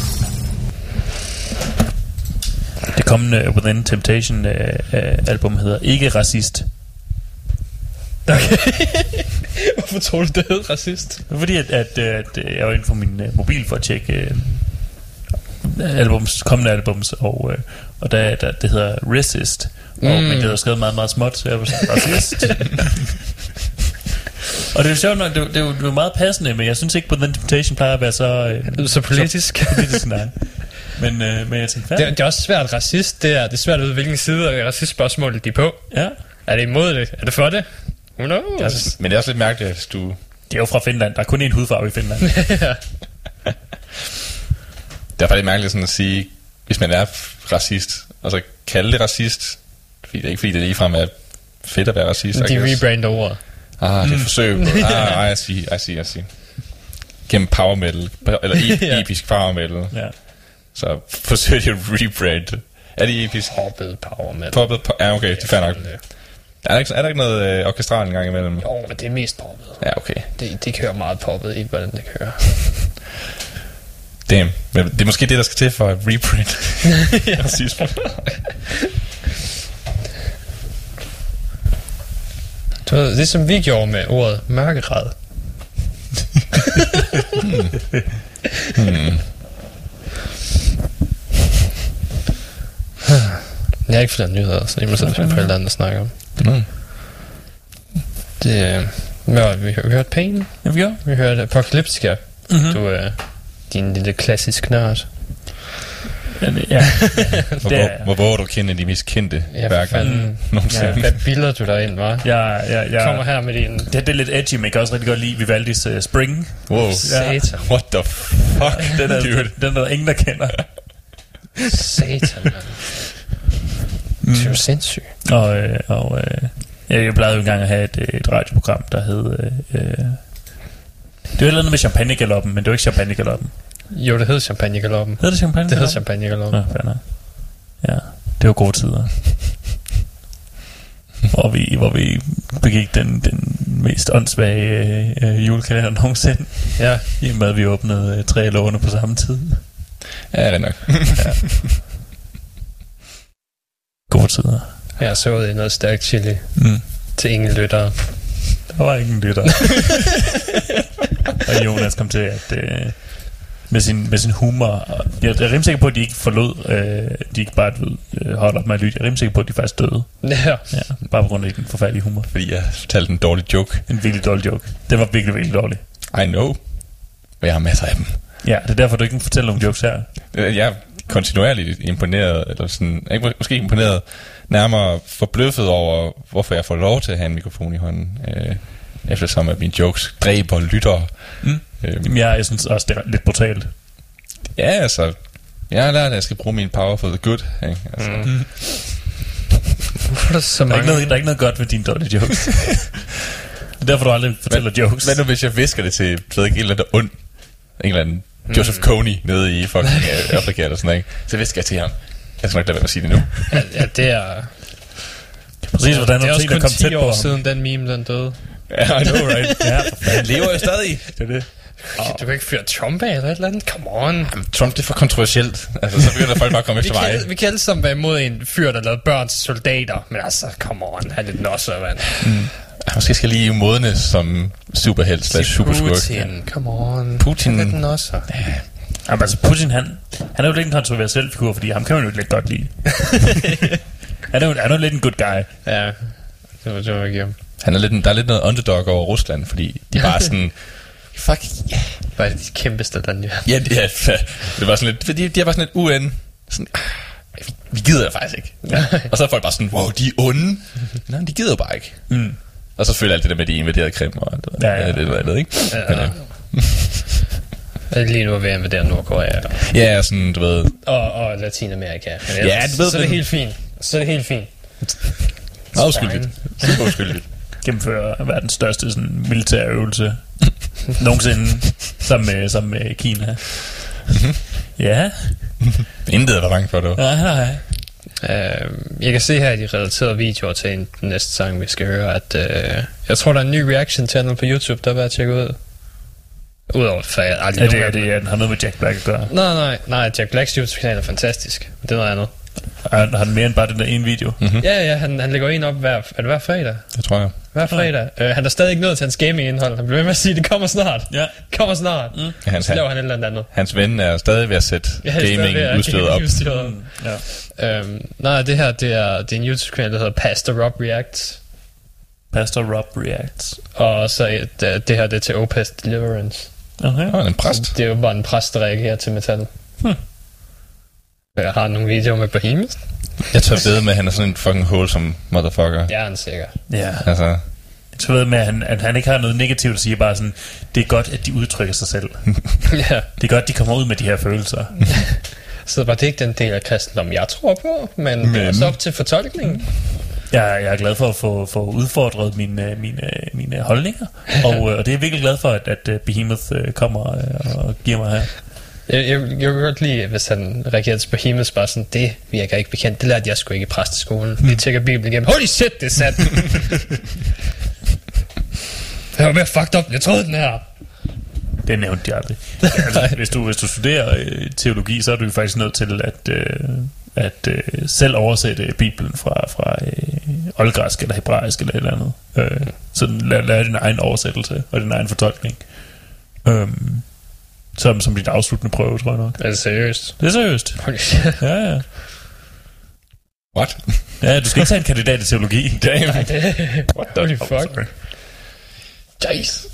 Det kommende Within Temptation uh, uh, album hedder Ikke Racist. Okay. Hvorfor tror du, det hed racist? Fordi at, at, at jeg var inde på min uh, mobil for at tjekke uh, albums, kommende albums, og, uh, og der, der, det hedder Racist. Mm. Og, men det var skrevet meget, meget småt, så jeg var sådan, racist. Og det er jo sjovt nok, det, det, er jo, det er jo meget passende, men jeg synes ikke, på den Temptation plejer at være så... Uh, så politisk. Så politisk, nej. Men, øh, men jeg tænkte, det, det er også svært racist. Det er, det er svært at vide, hvilken side af racistspørgsmålet de er på. Ja. Er det imod det? Er det for det? Who knows? Det er, men det er også lidt mærkeligt, hvis du... Det er jo fra Finland. Der er kun én hudfarve i Finland. Ja. Det er faktisk mærkeligt sådan at sige, hvis man er racist, og så kalde det racist, fordi det er ikke fordi, det ligefrem er fedt at være racist. De rebrander ordet. Ah, det er forsøg. Ah, I see, I see, I see. Gennem power metal, eller e- ja. episk power metal. Ja. Så forsøger de at rebrand. Er det episk? Poppet power metal. Poppet, po- ja, okay, det er fair nok. Er der ikke, er der ikke noget øh, orkestral en gang imellem? Jo, men det er mest poppet. Ja, okay. Det, det kører meget poppet i, hvordan det kører. Damn. Men det er måske det, der skal til for at reprint. Ja, præcis. Du ved, det som vi gjorde med ordet mørkerad. hmm. Hmm. Jeg har ikke flere nyheder, så I må sætte på et eller andet at snakke om. Mm. Det, øh, vi har vi hørt Pain. Ja, vi gjorde. Vi hørte Apocalyptica. Mm-hmm. Du er din lille klassisk nørd. Ja, det, ja. Hvor, hvor, hvor, hvor du kender de mest kendte Ja, værker mm. nogensinde? Ja, hvad bilder du der ind, hva'? Ja, ja, ja. Kommer her med din... Det, det er lidt edgy, men jeg kan også rigtig godt lide Vivaldis uh, Spring. Wow. Satan. What the fuck, Den er, dude? den er der ingen, der kender. Satan, mand. Mm. Det er jo sindssygt. Og, øh, og øh, jeg plejede jo engang at have et, et radioprogram, der hed... Øh, øh, det var et eller andet med champagnegaloppen, men det var ikke champagnegaloppen. Jo, det hed Champagnegaloppen. Hed det champagnegaloppen? Det hed Champagnegaloppen. Ja, fair nok. Ja, det var gode tider. hvor, vi, hvor vi begik den, den mest åndssvage øh, julekalender nogensinde. Ja. I og med, at vi åbnede øh, tre låne på samme tid. Ja, det er nok. Ja. Gode tider. Jeg har sovet i noget stærkt chili. Mm. Til ingen lyttere. Der var ingen lytter. Og Jonas kom til at øh, med, sin, med sin humor. Jeg er rimelig sikker på, at de ikke forlod øh, de ikke bare øh, holdt op med at lytte. Jeg er rimelig sikker på, at de faktisk døde. Ja. Ja, bare på grund af den forfærdelige humor. Fordi jeg fortalte en dårlig joke. En virkelig dårlig joke. Den var virkelig, virkelig dårlig. I know. Og jeg har masser af dem. Ja, det er derfor, du ikke fortæller nogle jokes her. Jeg er kontinuerligt imponeret, eller sådan, ikke, måske imponeret, nærmere forbløffet over, hvorfor jeg får lov til at have en mikrofon i hånden, øh, eftersom at mine jokes dræber lyttere. Mm. Øhm, Jamen, jeg, jeg synes også, det er lidt brutalt. Ja, altså, jeg har lært, at jeg skal bruge min power for the good. Ikke? Altså. Mm. Hvorfor er der så Der er, mange... ikke noget, der er ikke noget godt ved dine dårlige jokes. Det er derfor, du aldrig fortæller hvad, jokes. Hvad nu, hvis jeg visker det til, så ikke en eller anden ond, en eller anden Joseph Kony nede i fucking uh, Afrika eller sådan noget, ikke? Så visker jeg til ham. Jeg skal nok lade være med at sige det nu. Ja, ja, det er... Præcis, hvordan det er er også ting, der kun kom tæt ti på år ham. siden den meme, den døde. Ja, I know, right? Ja, for fanden. Han lever jo stadig. Det er det. Du kan ikke fyre Trump af eller et eller andet. Come on. Jamen, Trump, det er for kontroversielt. Altså, så begynder folk bare at komme Vi efter mig. kan, vi kan alle sammen være imod en fyr, der lavede børn til soldater. Men altså, come on. Han er lidt nosser, mand. Mm. Måske skal lige modnes som superhelt slash superskurk. Putin. Come on. Putin. Han er lidt nosser. Ja. Jamen, altså, Putin, han, han er jo lidt en kontroversiel figur, fordi ham kan man jo lidt godt lide. han, er jo, han er jo lidt en good guy. Ja, det var, det var ikke ham. Han er lidt, en- der er lidt noget underdog over Rusland, fordi de bare sådan... Fuck, yeah. Bare de kæmpeste lande, ja. Ja, det, er, det var sådan lidt... Fordi de er bare sådan lidt U N. Sådan, ah, vi, vi gider faktisk ikke. Ja. Og så er folk bare sådan, wow, de er onde. Nej, de gider jo bare ikke. Mm. Og så føler alt det der med, de invaderede Krim og alt det der. Ja, ja. Det var andet, ikke? Ja. Men, ja. Lige nu er vi invaderet Nordkorea. Ja, sådan, du ved... Og, og Latinamerika. Men Ja, ellers, du ved, så er det men- helt fint. Så er det helt fint. Meget uskyldigt. Super uskyldigt. Gennemfører verdens største sådan, militære øvelse nogensinde sammen med, sammen med Kina. Ja. Intet er der bange for, du. Nej, nej. Uh, jeg kan se her i de relaterede videoer til en, den næste sang, vi skal høre, at uh, jeg tror, der er en ny reaction channel på YouTube, der er værd at tjekke ud. Udover for jeg aldrig Er det, nogen er af dem. det, at den har noget med Jack Black at gøre? Nej, nej, nej, Jack Blacks YouTube-kanal er fantastisk. Det er noget andet. Har han mere end bare den der ene video? Mm-hmm. Ja, ja, han, han lægger en op hver, er det hver fredag? Det tror jeg. Hver fredag. Uh, han er stadig ikke nået til hans gaming-indhold. Han bliver ved med at sige, det kommer snart. Ja. Kommer snart. Mm. Ja, hans, Så laver han et eller andet. hans ven er stadig ved at sætte Ja, han er stadig ved at gaming-udstyret op. gaming-udstyret op. Mm. Ja. Øhm, nej, det her, det er, det er en YouTube-kanal, der hedder Pastor Rob Reacts. Pastor Rob Reacts. Og så et, uh, det her, det er til Opus Deliverance. Okay. Åh, en præst. Det er jo bare en præst, der reagerer til metal. Hmm. Jeg har nogle videoer med Behemoth. Jeg tør ved med, at han er sådan en fucking wholesome motherfucker. Ja, han sikkert. Ja. Altså, Jeg tror ved med, at han, at han ikke har noget negativt at sige, bare sådan, det er godt, at de udtrykker sig selv. Ja. Det er godt, de kommer ud med de her følelser. Så var det ikke den del af kristendommen, jeg tror på, men, men. det er også op til fortolkningen. Jeg, jeg er glad for at få, få udfordret mine, mine, mine holdninger, og, og det er jeg virkelig glad for, at, at Behemoth kommer og giver mig her. Jeg, jeg, jeg vil godt lide, hvis han reagerer til Behemoth bare sådan, det virker ikke bekendt. Det lærte jeg sgu ikke i præsteskolen. Vi tjekker Bibelen igennem. Holy shit, det er sandt. Jeg var mere fucked up, jeg troede den her. Det nævnte jeg aldrig. Altså, hvis, du, hvis du studerer øh, teologi, så er du jo faktisk nødt til at, øh, at øh, selv oversætte Bibelen fra, fra øh, oldgræsk eller hebraisk eller et eller andet. Øh, så lær, lær din egen oversættelse og din egen fortolkning. Øh, som, som dit afsluttende prøve, tror jeg nok. Er det seriøst? Det er seriøst. Holy shit. Ja, ja. what? Ja, du skal ikke tage en kandidat i teologi. Damn. Nej, det What the holy fuck? fuck. Jeez.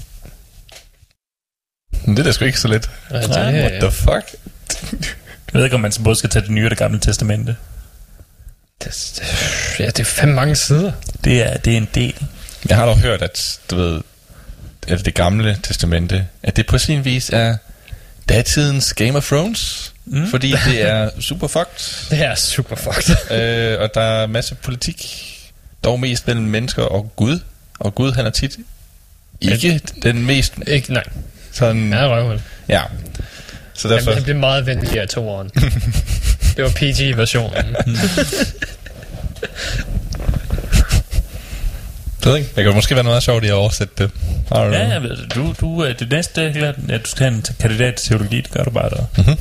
Men det er da sgu ikke så let. Nej, det, What the fuck? Jeg ved ikke, om man både skal tage det nye og det gamle testamente. det, det, ja, det er fem mange sider. Det er, det er en del. Jeg har dog hørt, at du ved, at det gamle testamente, at det på sin vis er datidens Game of Thrones, mm. fordi det er super fucked, Det er super fucked. øh, og der er masse politik, dog mest mellem mennesker og Gud, og Gud han er tit ikke den mest Ikke, nej. sådan, Ja, røvhul. ja. Så Han, derfor, han blev meget venligere i toeren. Det var P G-versionen. jeg ved ikke, det kan måske være noget meget sjovt i at oversætte det. Ja, jeg ved det. Du, du er det næste, ja, du skal have en kandidat til teologi, det gør du bare der. Mhm.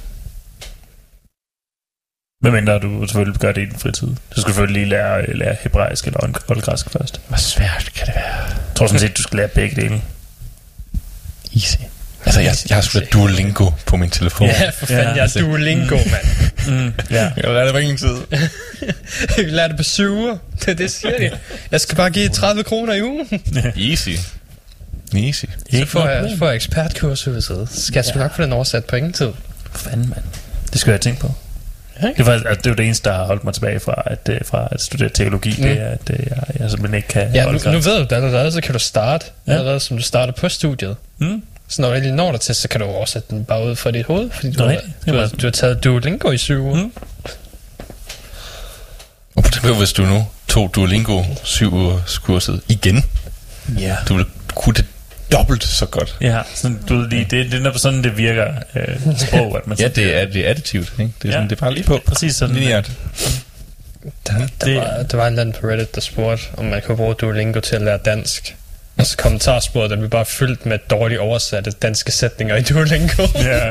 Hvem mindre du selvfølgelig gør det i din fritid. Du skal selvfølgelig lige lære, lære hebraisk eller oldgræsk først. Hvor svært kan det være? Jeg tror sådan set, du skal lære begge dele. Easy. Altså, jeg, jeg har sgu da Duolingo på min telefon. Ja, for fanden, Ja. jeg er Duolingo, mand. Mm, ja. Jeg kan lære det på ingen tid. Jeg lærer det på syv uger. Det er det, siger de. Jeg skal bare give tredive kroner i ugen. Easy. Easy. Så får jeg, så får jeg ekspertkursus. Så skal jeg sgu nok få den oversat på ingen tid. Fanden, mand. Det skal jeg tænke på. Ja. Det er faktisk, altså, det er jo det eneste, der har holdt mig tilbage fra at, øh, fra at studere teologi. Mm. Det er, at øh, jeg, jeg simpelthen ikke kan Ja, nu, oldgræsk. nu ved du det allerede, så kan du starte. Ja. Allerede som du starter på studiet. Mm. Så når du endelig når dig til, så kan du oversætte den bare ud fra dit hoved. Fordi du, Nå, har, rigtigt. du, har, Jamen. du har taget Duolingo i syv uger. Mm. Og på det, hvis du nu tog Duolingo syv ugers kurset igen, Ja. du ville kunne det dobbelt så godt. Ja, sådan, du ved lige, det, det er sådan, det virker øh, sprog, at man Ja, sådan- det er, det er additivt, ikke? Det er, Ja, sådan, det er bare lige på. Præcis sådan. Lineært. Der, der, Det- var, der var en eller anden på Reddit, der spurgte, om man kunne bruge Duolingo til at lære dansk. Og så kommentarsporet, der blev bare fyldt med dårligt oversatte danske sætninger i Duolingo. Ja.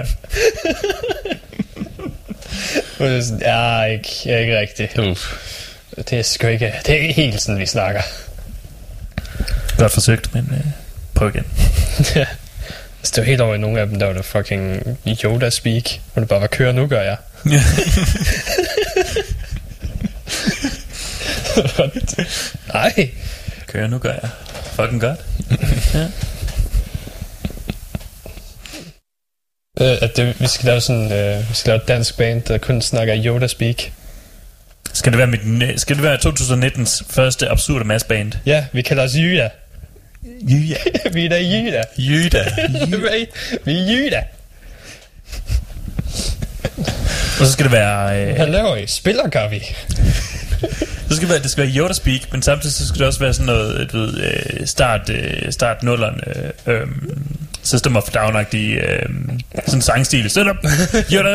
Og det er sådan, ja, ikke, ikke rigtigt. Uff. Det er sgu ikke, det er ikke helt sådan, vi snakker. Godt forsøgt, men øh, prøv igen. Altså, det var helt over i nogle af dem, der var det fucking Yoda-speak, hvor det bare var, kør nu, gør jeg. Ja. Nej. Kører, nu gør jeg. Fucking godt. Ja. Øh, at det, vi skal lave sådan, øh, vi skal lave et dansk band, der kun snakker Yoda-speak. Skal det være, mit, skal det være to tusind nittens første absurde massband? Ja, vi kalder os Jyda. Ja. Vi er da Jyda. Jyda. Vi er Jyda. Og så skal det være... Øh, Hvad laver I? Spiller gør vi. så skal det, være, det skal være Yoda Speak, men samtidig så skal det også være sådan noget, du ved, øh, start, øh, start nullerne, øh, øh, System of a Down-agtig øh, sådan en sangstil. Sit up! Yoda!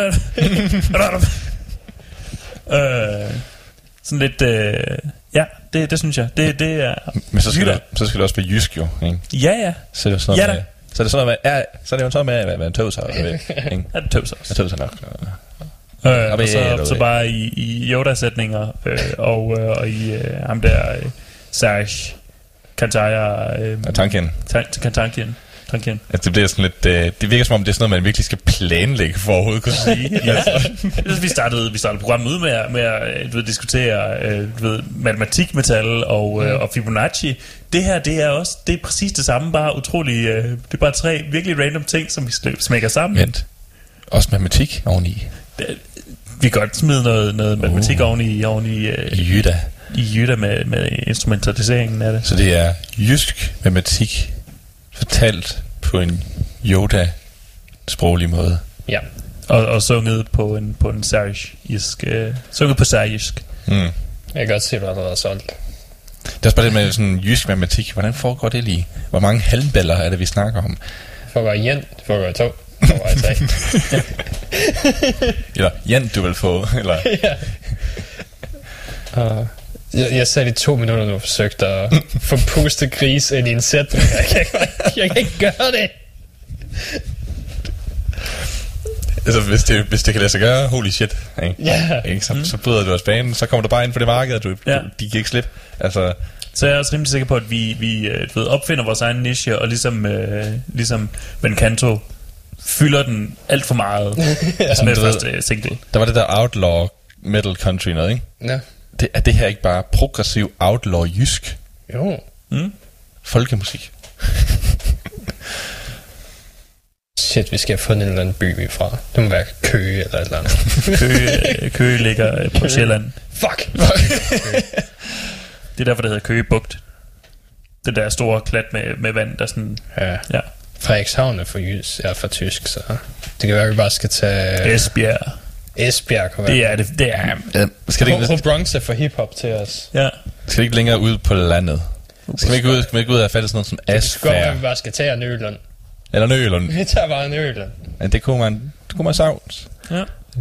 øh, sådan lidt... Øh, ja, det, det synes jeg. Det, det er... Men så skal, Jyda. det, så skal det også være jysk jo, ikke? Ja, ja. Så er det sådan Ja noget da. Så er det sådan noget med, ja, så er det jo sådan med at være en tøser. Ikke? Ja, det tøvs også. En tøser nok. Øh, og ved, så, eller så hvad? bare i, i Yoda-sætninger, øh, og, øh, og i øh, ham der, øh, Serge Kantaya, øh, Og tanken. Kantankian. Tankian. Altså, det bliver sådan lidt, øh, det virker som om, det er sådan noget, man virkelig skal planlægge for overhovedet kunne sige. Ja. vi startede vi startede programmet ud med at, med at du ved, diskutere øh, du ved, matematik med tal og, øh, og Fibonacci. Det her, det er også det er præcis det samme, bare utrolig øh, det er bare tre virkelig random ting, som vi sl- smækker sammen. Vent. Også matematik oveni. Det, vi kan godt smide noget, noget matematik Uh. oveni, oveni øh, I Jyda. i Jyda med, med instrumentaliseringen af det. Så det er jysk matematik fortalt på en Yoda-sproglig måde. Ja. Og, og sunget på en, på en sergisk, øh, sunget på sergisk. Mm. Jeg kan godt se, at du allerede er solgt. Det er også bare det med sådan jysk matematik. Hvordan foregår det lige? Hvor mange halmballer er det, vi snakker om? Det foregår i en, det foregår i to, det foregår i tre. Eller Jan, du vil få. Eller Ja. Uh, jeg, jeg sagde i to minutter nu og forsøgte at få pustet gris ind i en sætning. Jeg kan ikke, jeg kan ikke gøre det. altså, hvis det, hvis det kan lade sig gøre, holy shit. Ikke? Ja. Ikke? Så, mm. så bryder du os banen, så kommer du bare ind på det marked, og du, Ja. du, de kan ikke slippe. Altså, Så jeg er også rimelig sikker på, at vi, vi øh, du ved, opfinder vores egen niche, og ligesom, øh, ligesom Vencanto fylder den alt for meget ja, med du ved- første single. der var det der outlaw metal country noget, ikke? Ja. Det, er det her ikke bare progressiv outlaw jysk Jo. Mm? folkemusik? Shit, vi skal have fundet en eller anden by vi er fra. Det må være Køge eller et eller andet. Køge, øh, Køge ligger øh, på Sjælland. Fuck! Det er derfor, det hedder Køge Bugt. Det der store klat med, med vand, der sådan... Ja. Ja. Frederikshavn er for, jys, er for tysk, så det kan være, at vi bare skal tage Esbjerg. Esbjerg. Kan være. Det er det. Det er... Ja, skal, det ikke, Ho- Bronx er for hiphop til os. Ja. skal det ikke længere ud på landet? Skal vi ikke ud, skal vi ikke ud og fatte sådan noget som Det skal godt være, at Asfær? vi bare skal tage en Ølund. Eller Nølund? Vi tager bare en Ølund. Ja, det kunne man, det kunne man savt. Ja.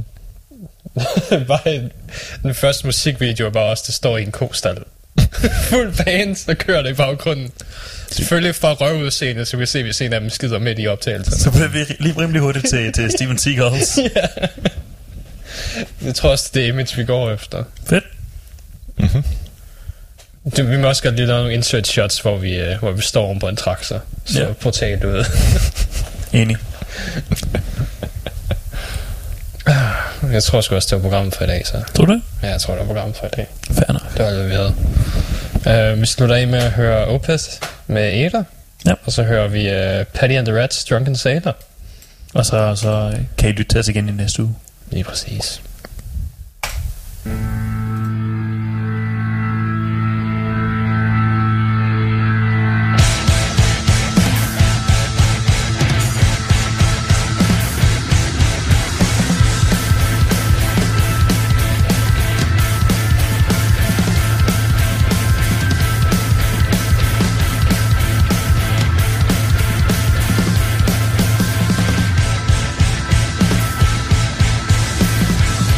Bare en, den første musikvideo er bare også, der står i en kostal. Fuld band, så kører det i baggrunden. Selvfølgelig fra røvudseende, så vi kan se, hvis en af dem skider midt i optagelsen. Så bliver vi lige rimelig hurtigt til, til Steven Seagulls. Ja. Jeg tror også, det er image, vi går efter. Fedt. Mm-hmm. Det, vi må også godt lige lave nogle insert shots, hvor vi, uh, hvor vi står oven på en traktor. Så Ja. ja. portalt ud. Enig. Jeg tror sgu også, det var programmet for i dag, så. Tror du det? Ja, jeg tror, det var programmet for i dag. Fair nok. Det var alt, hvad vi havde. Uh, vi slutter af med at høre Opeth med Eder. Ja. Og så hører vi uh, Patty and the Rats, Drunken Sailor. Og så, så kan I lytte til os igen i næste uge. Lige præcis. Thank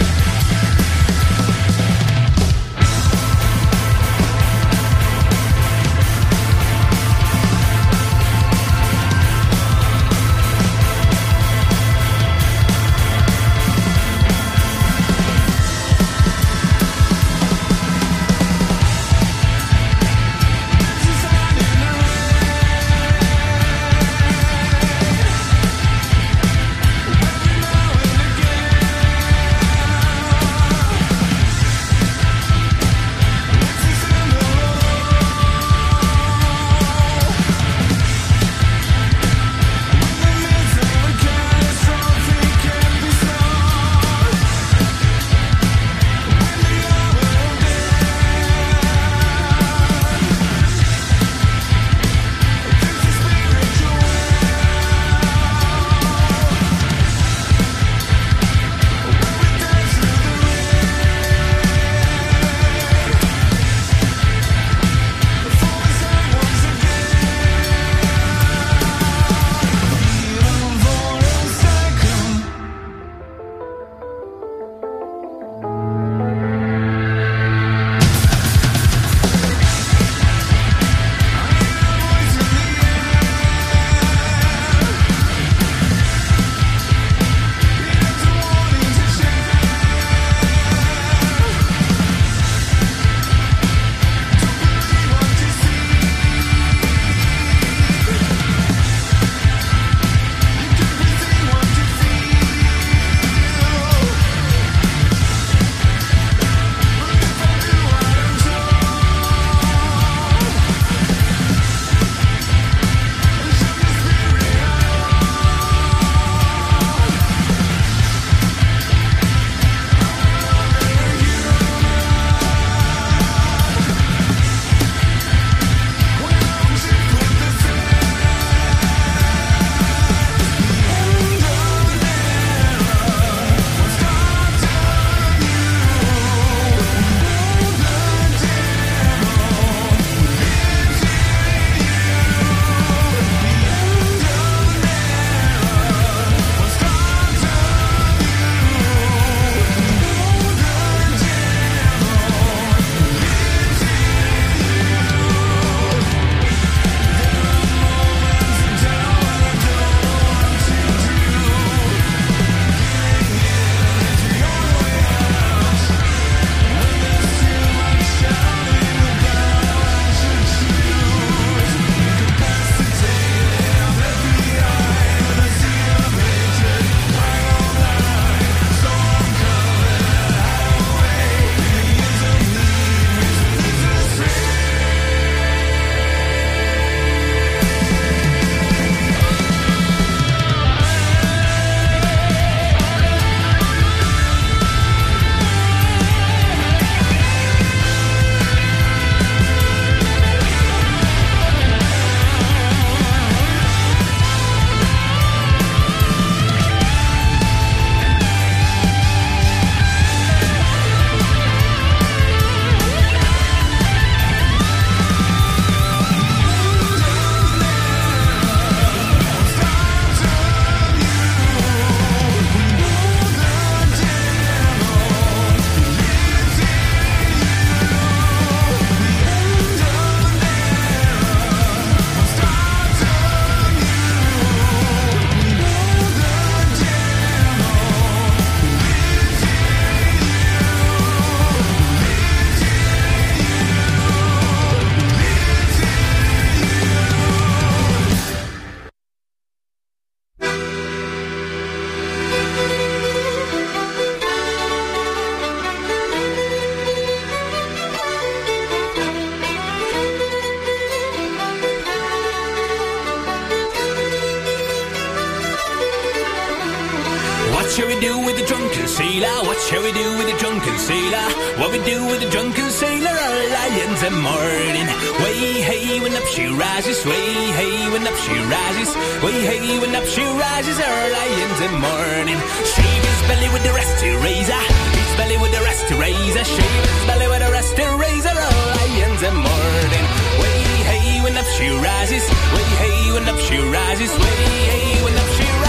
What shall we do with the drunken sailor? What shall we do with the drunken sailor? What we do with the drunken sailor? Our lions a morning. Way hey when up she rises. Way hey when up she rises. Way hey when up she rises. Our lions a morning. Shave his belly with the rusty razor. His belly with the rusty razor. Shave his belly with the rusty razor. Our lions a morning. Way hey when up she rises. Way hey when up she rises. Way hey when up she rises.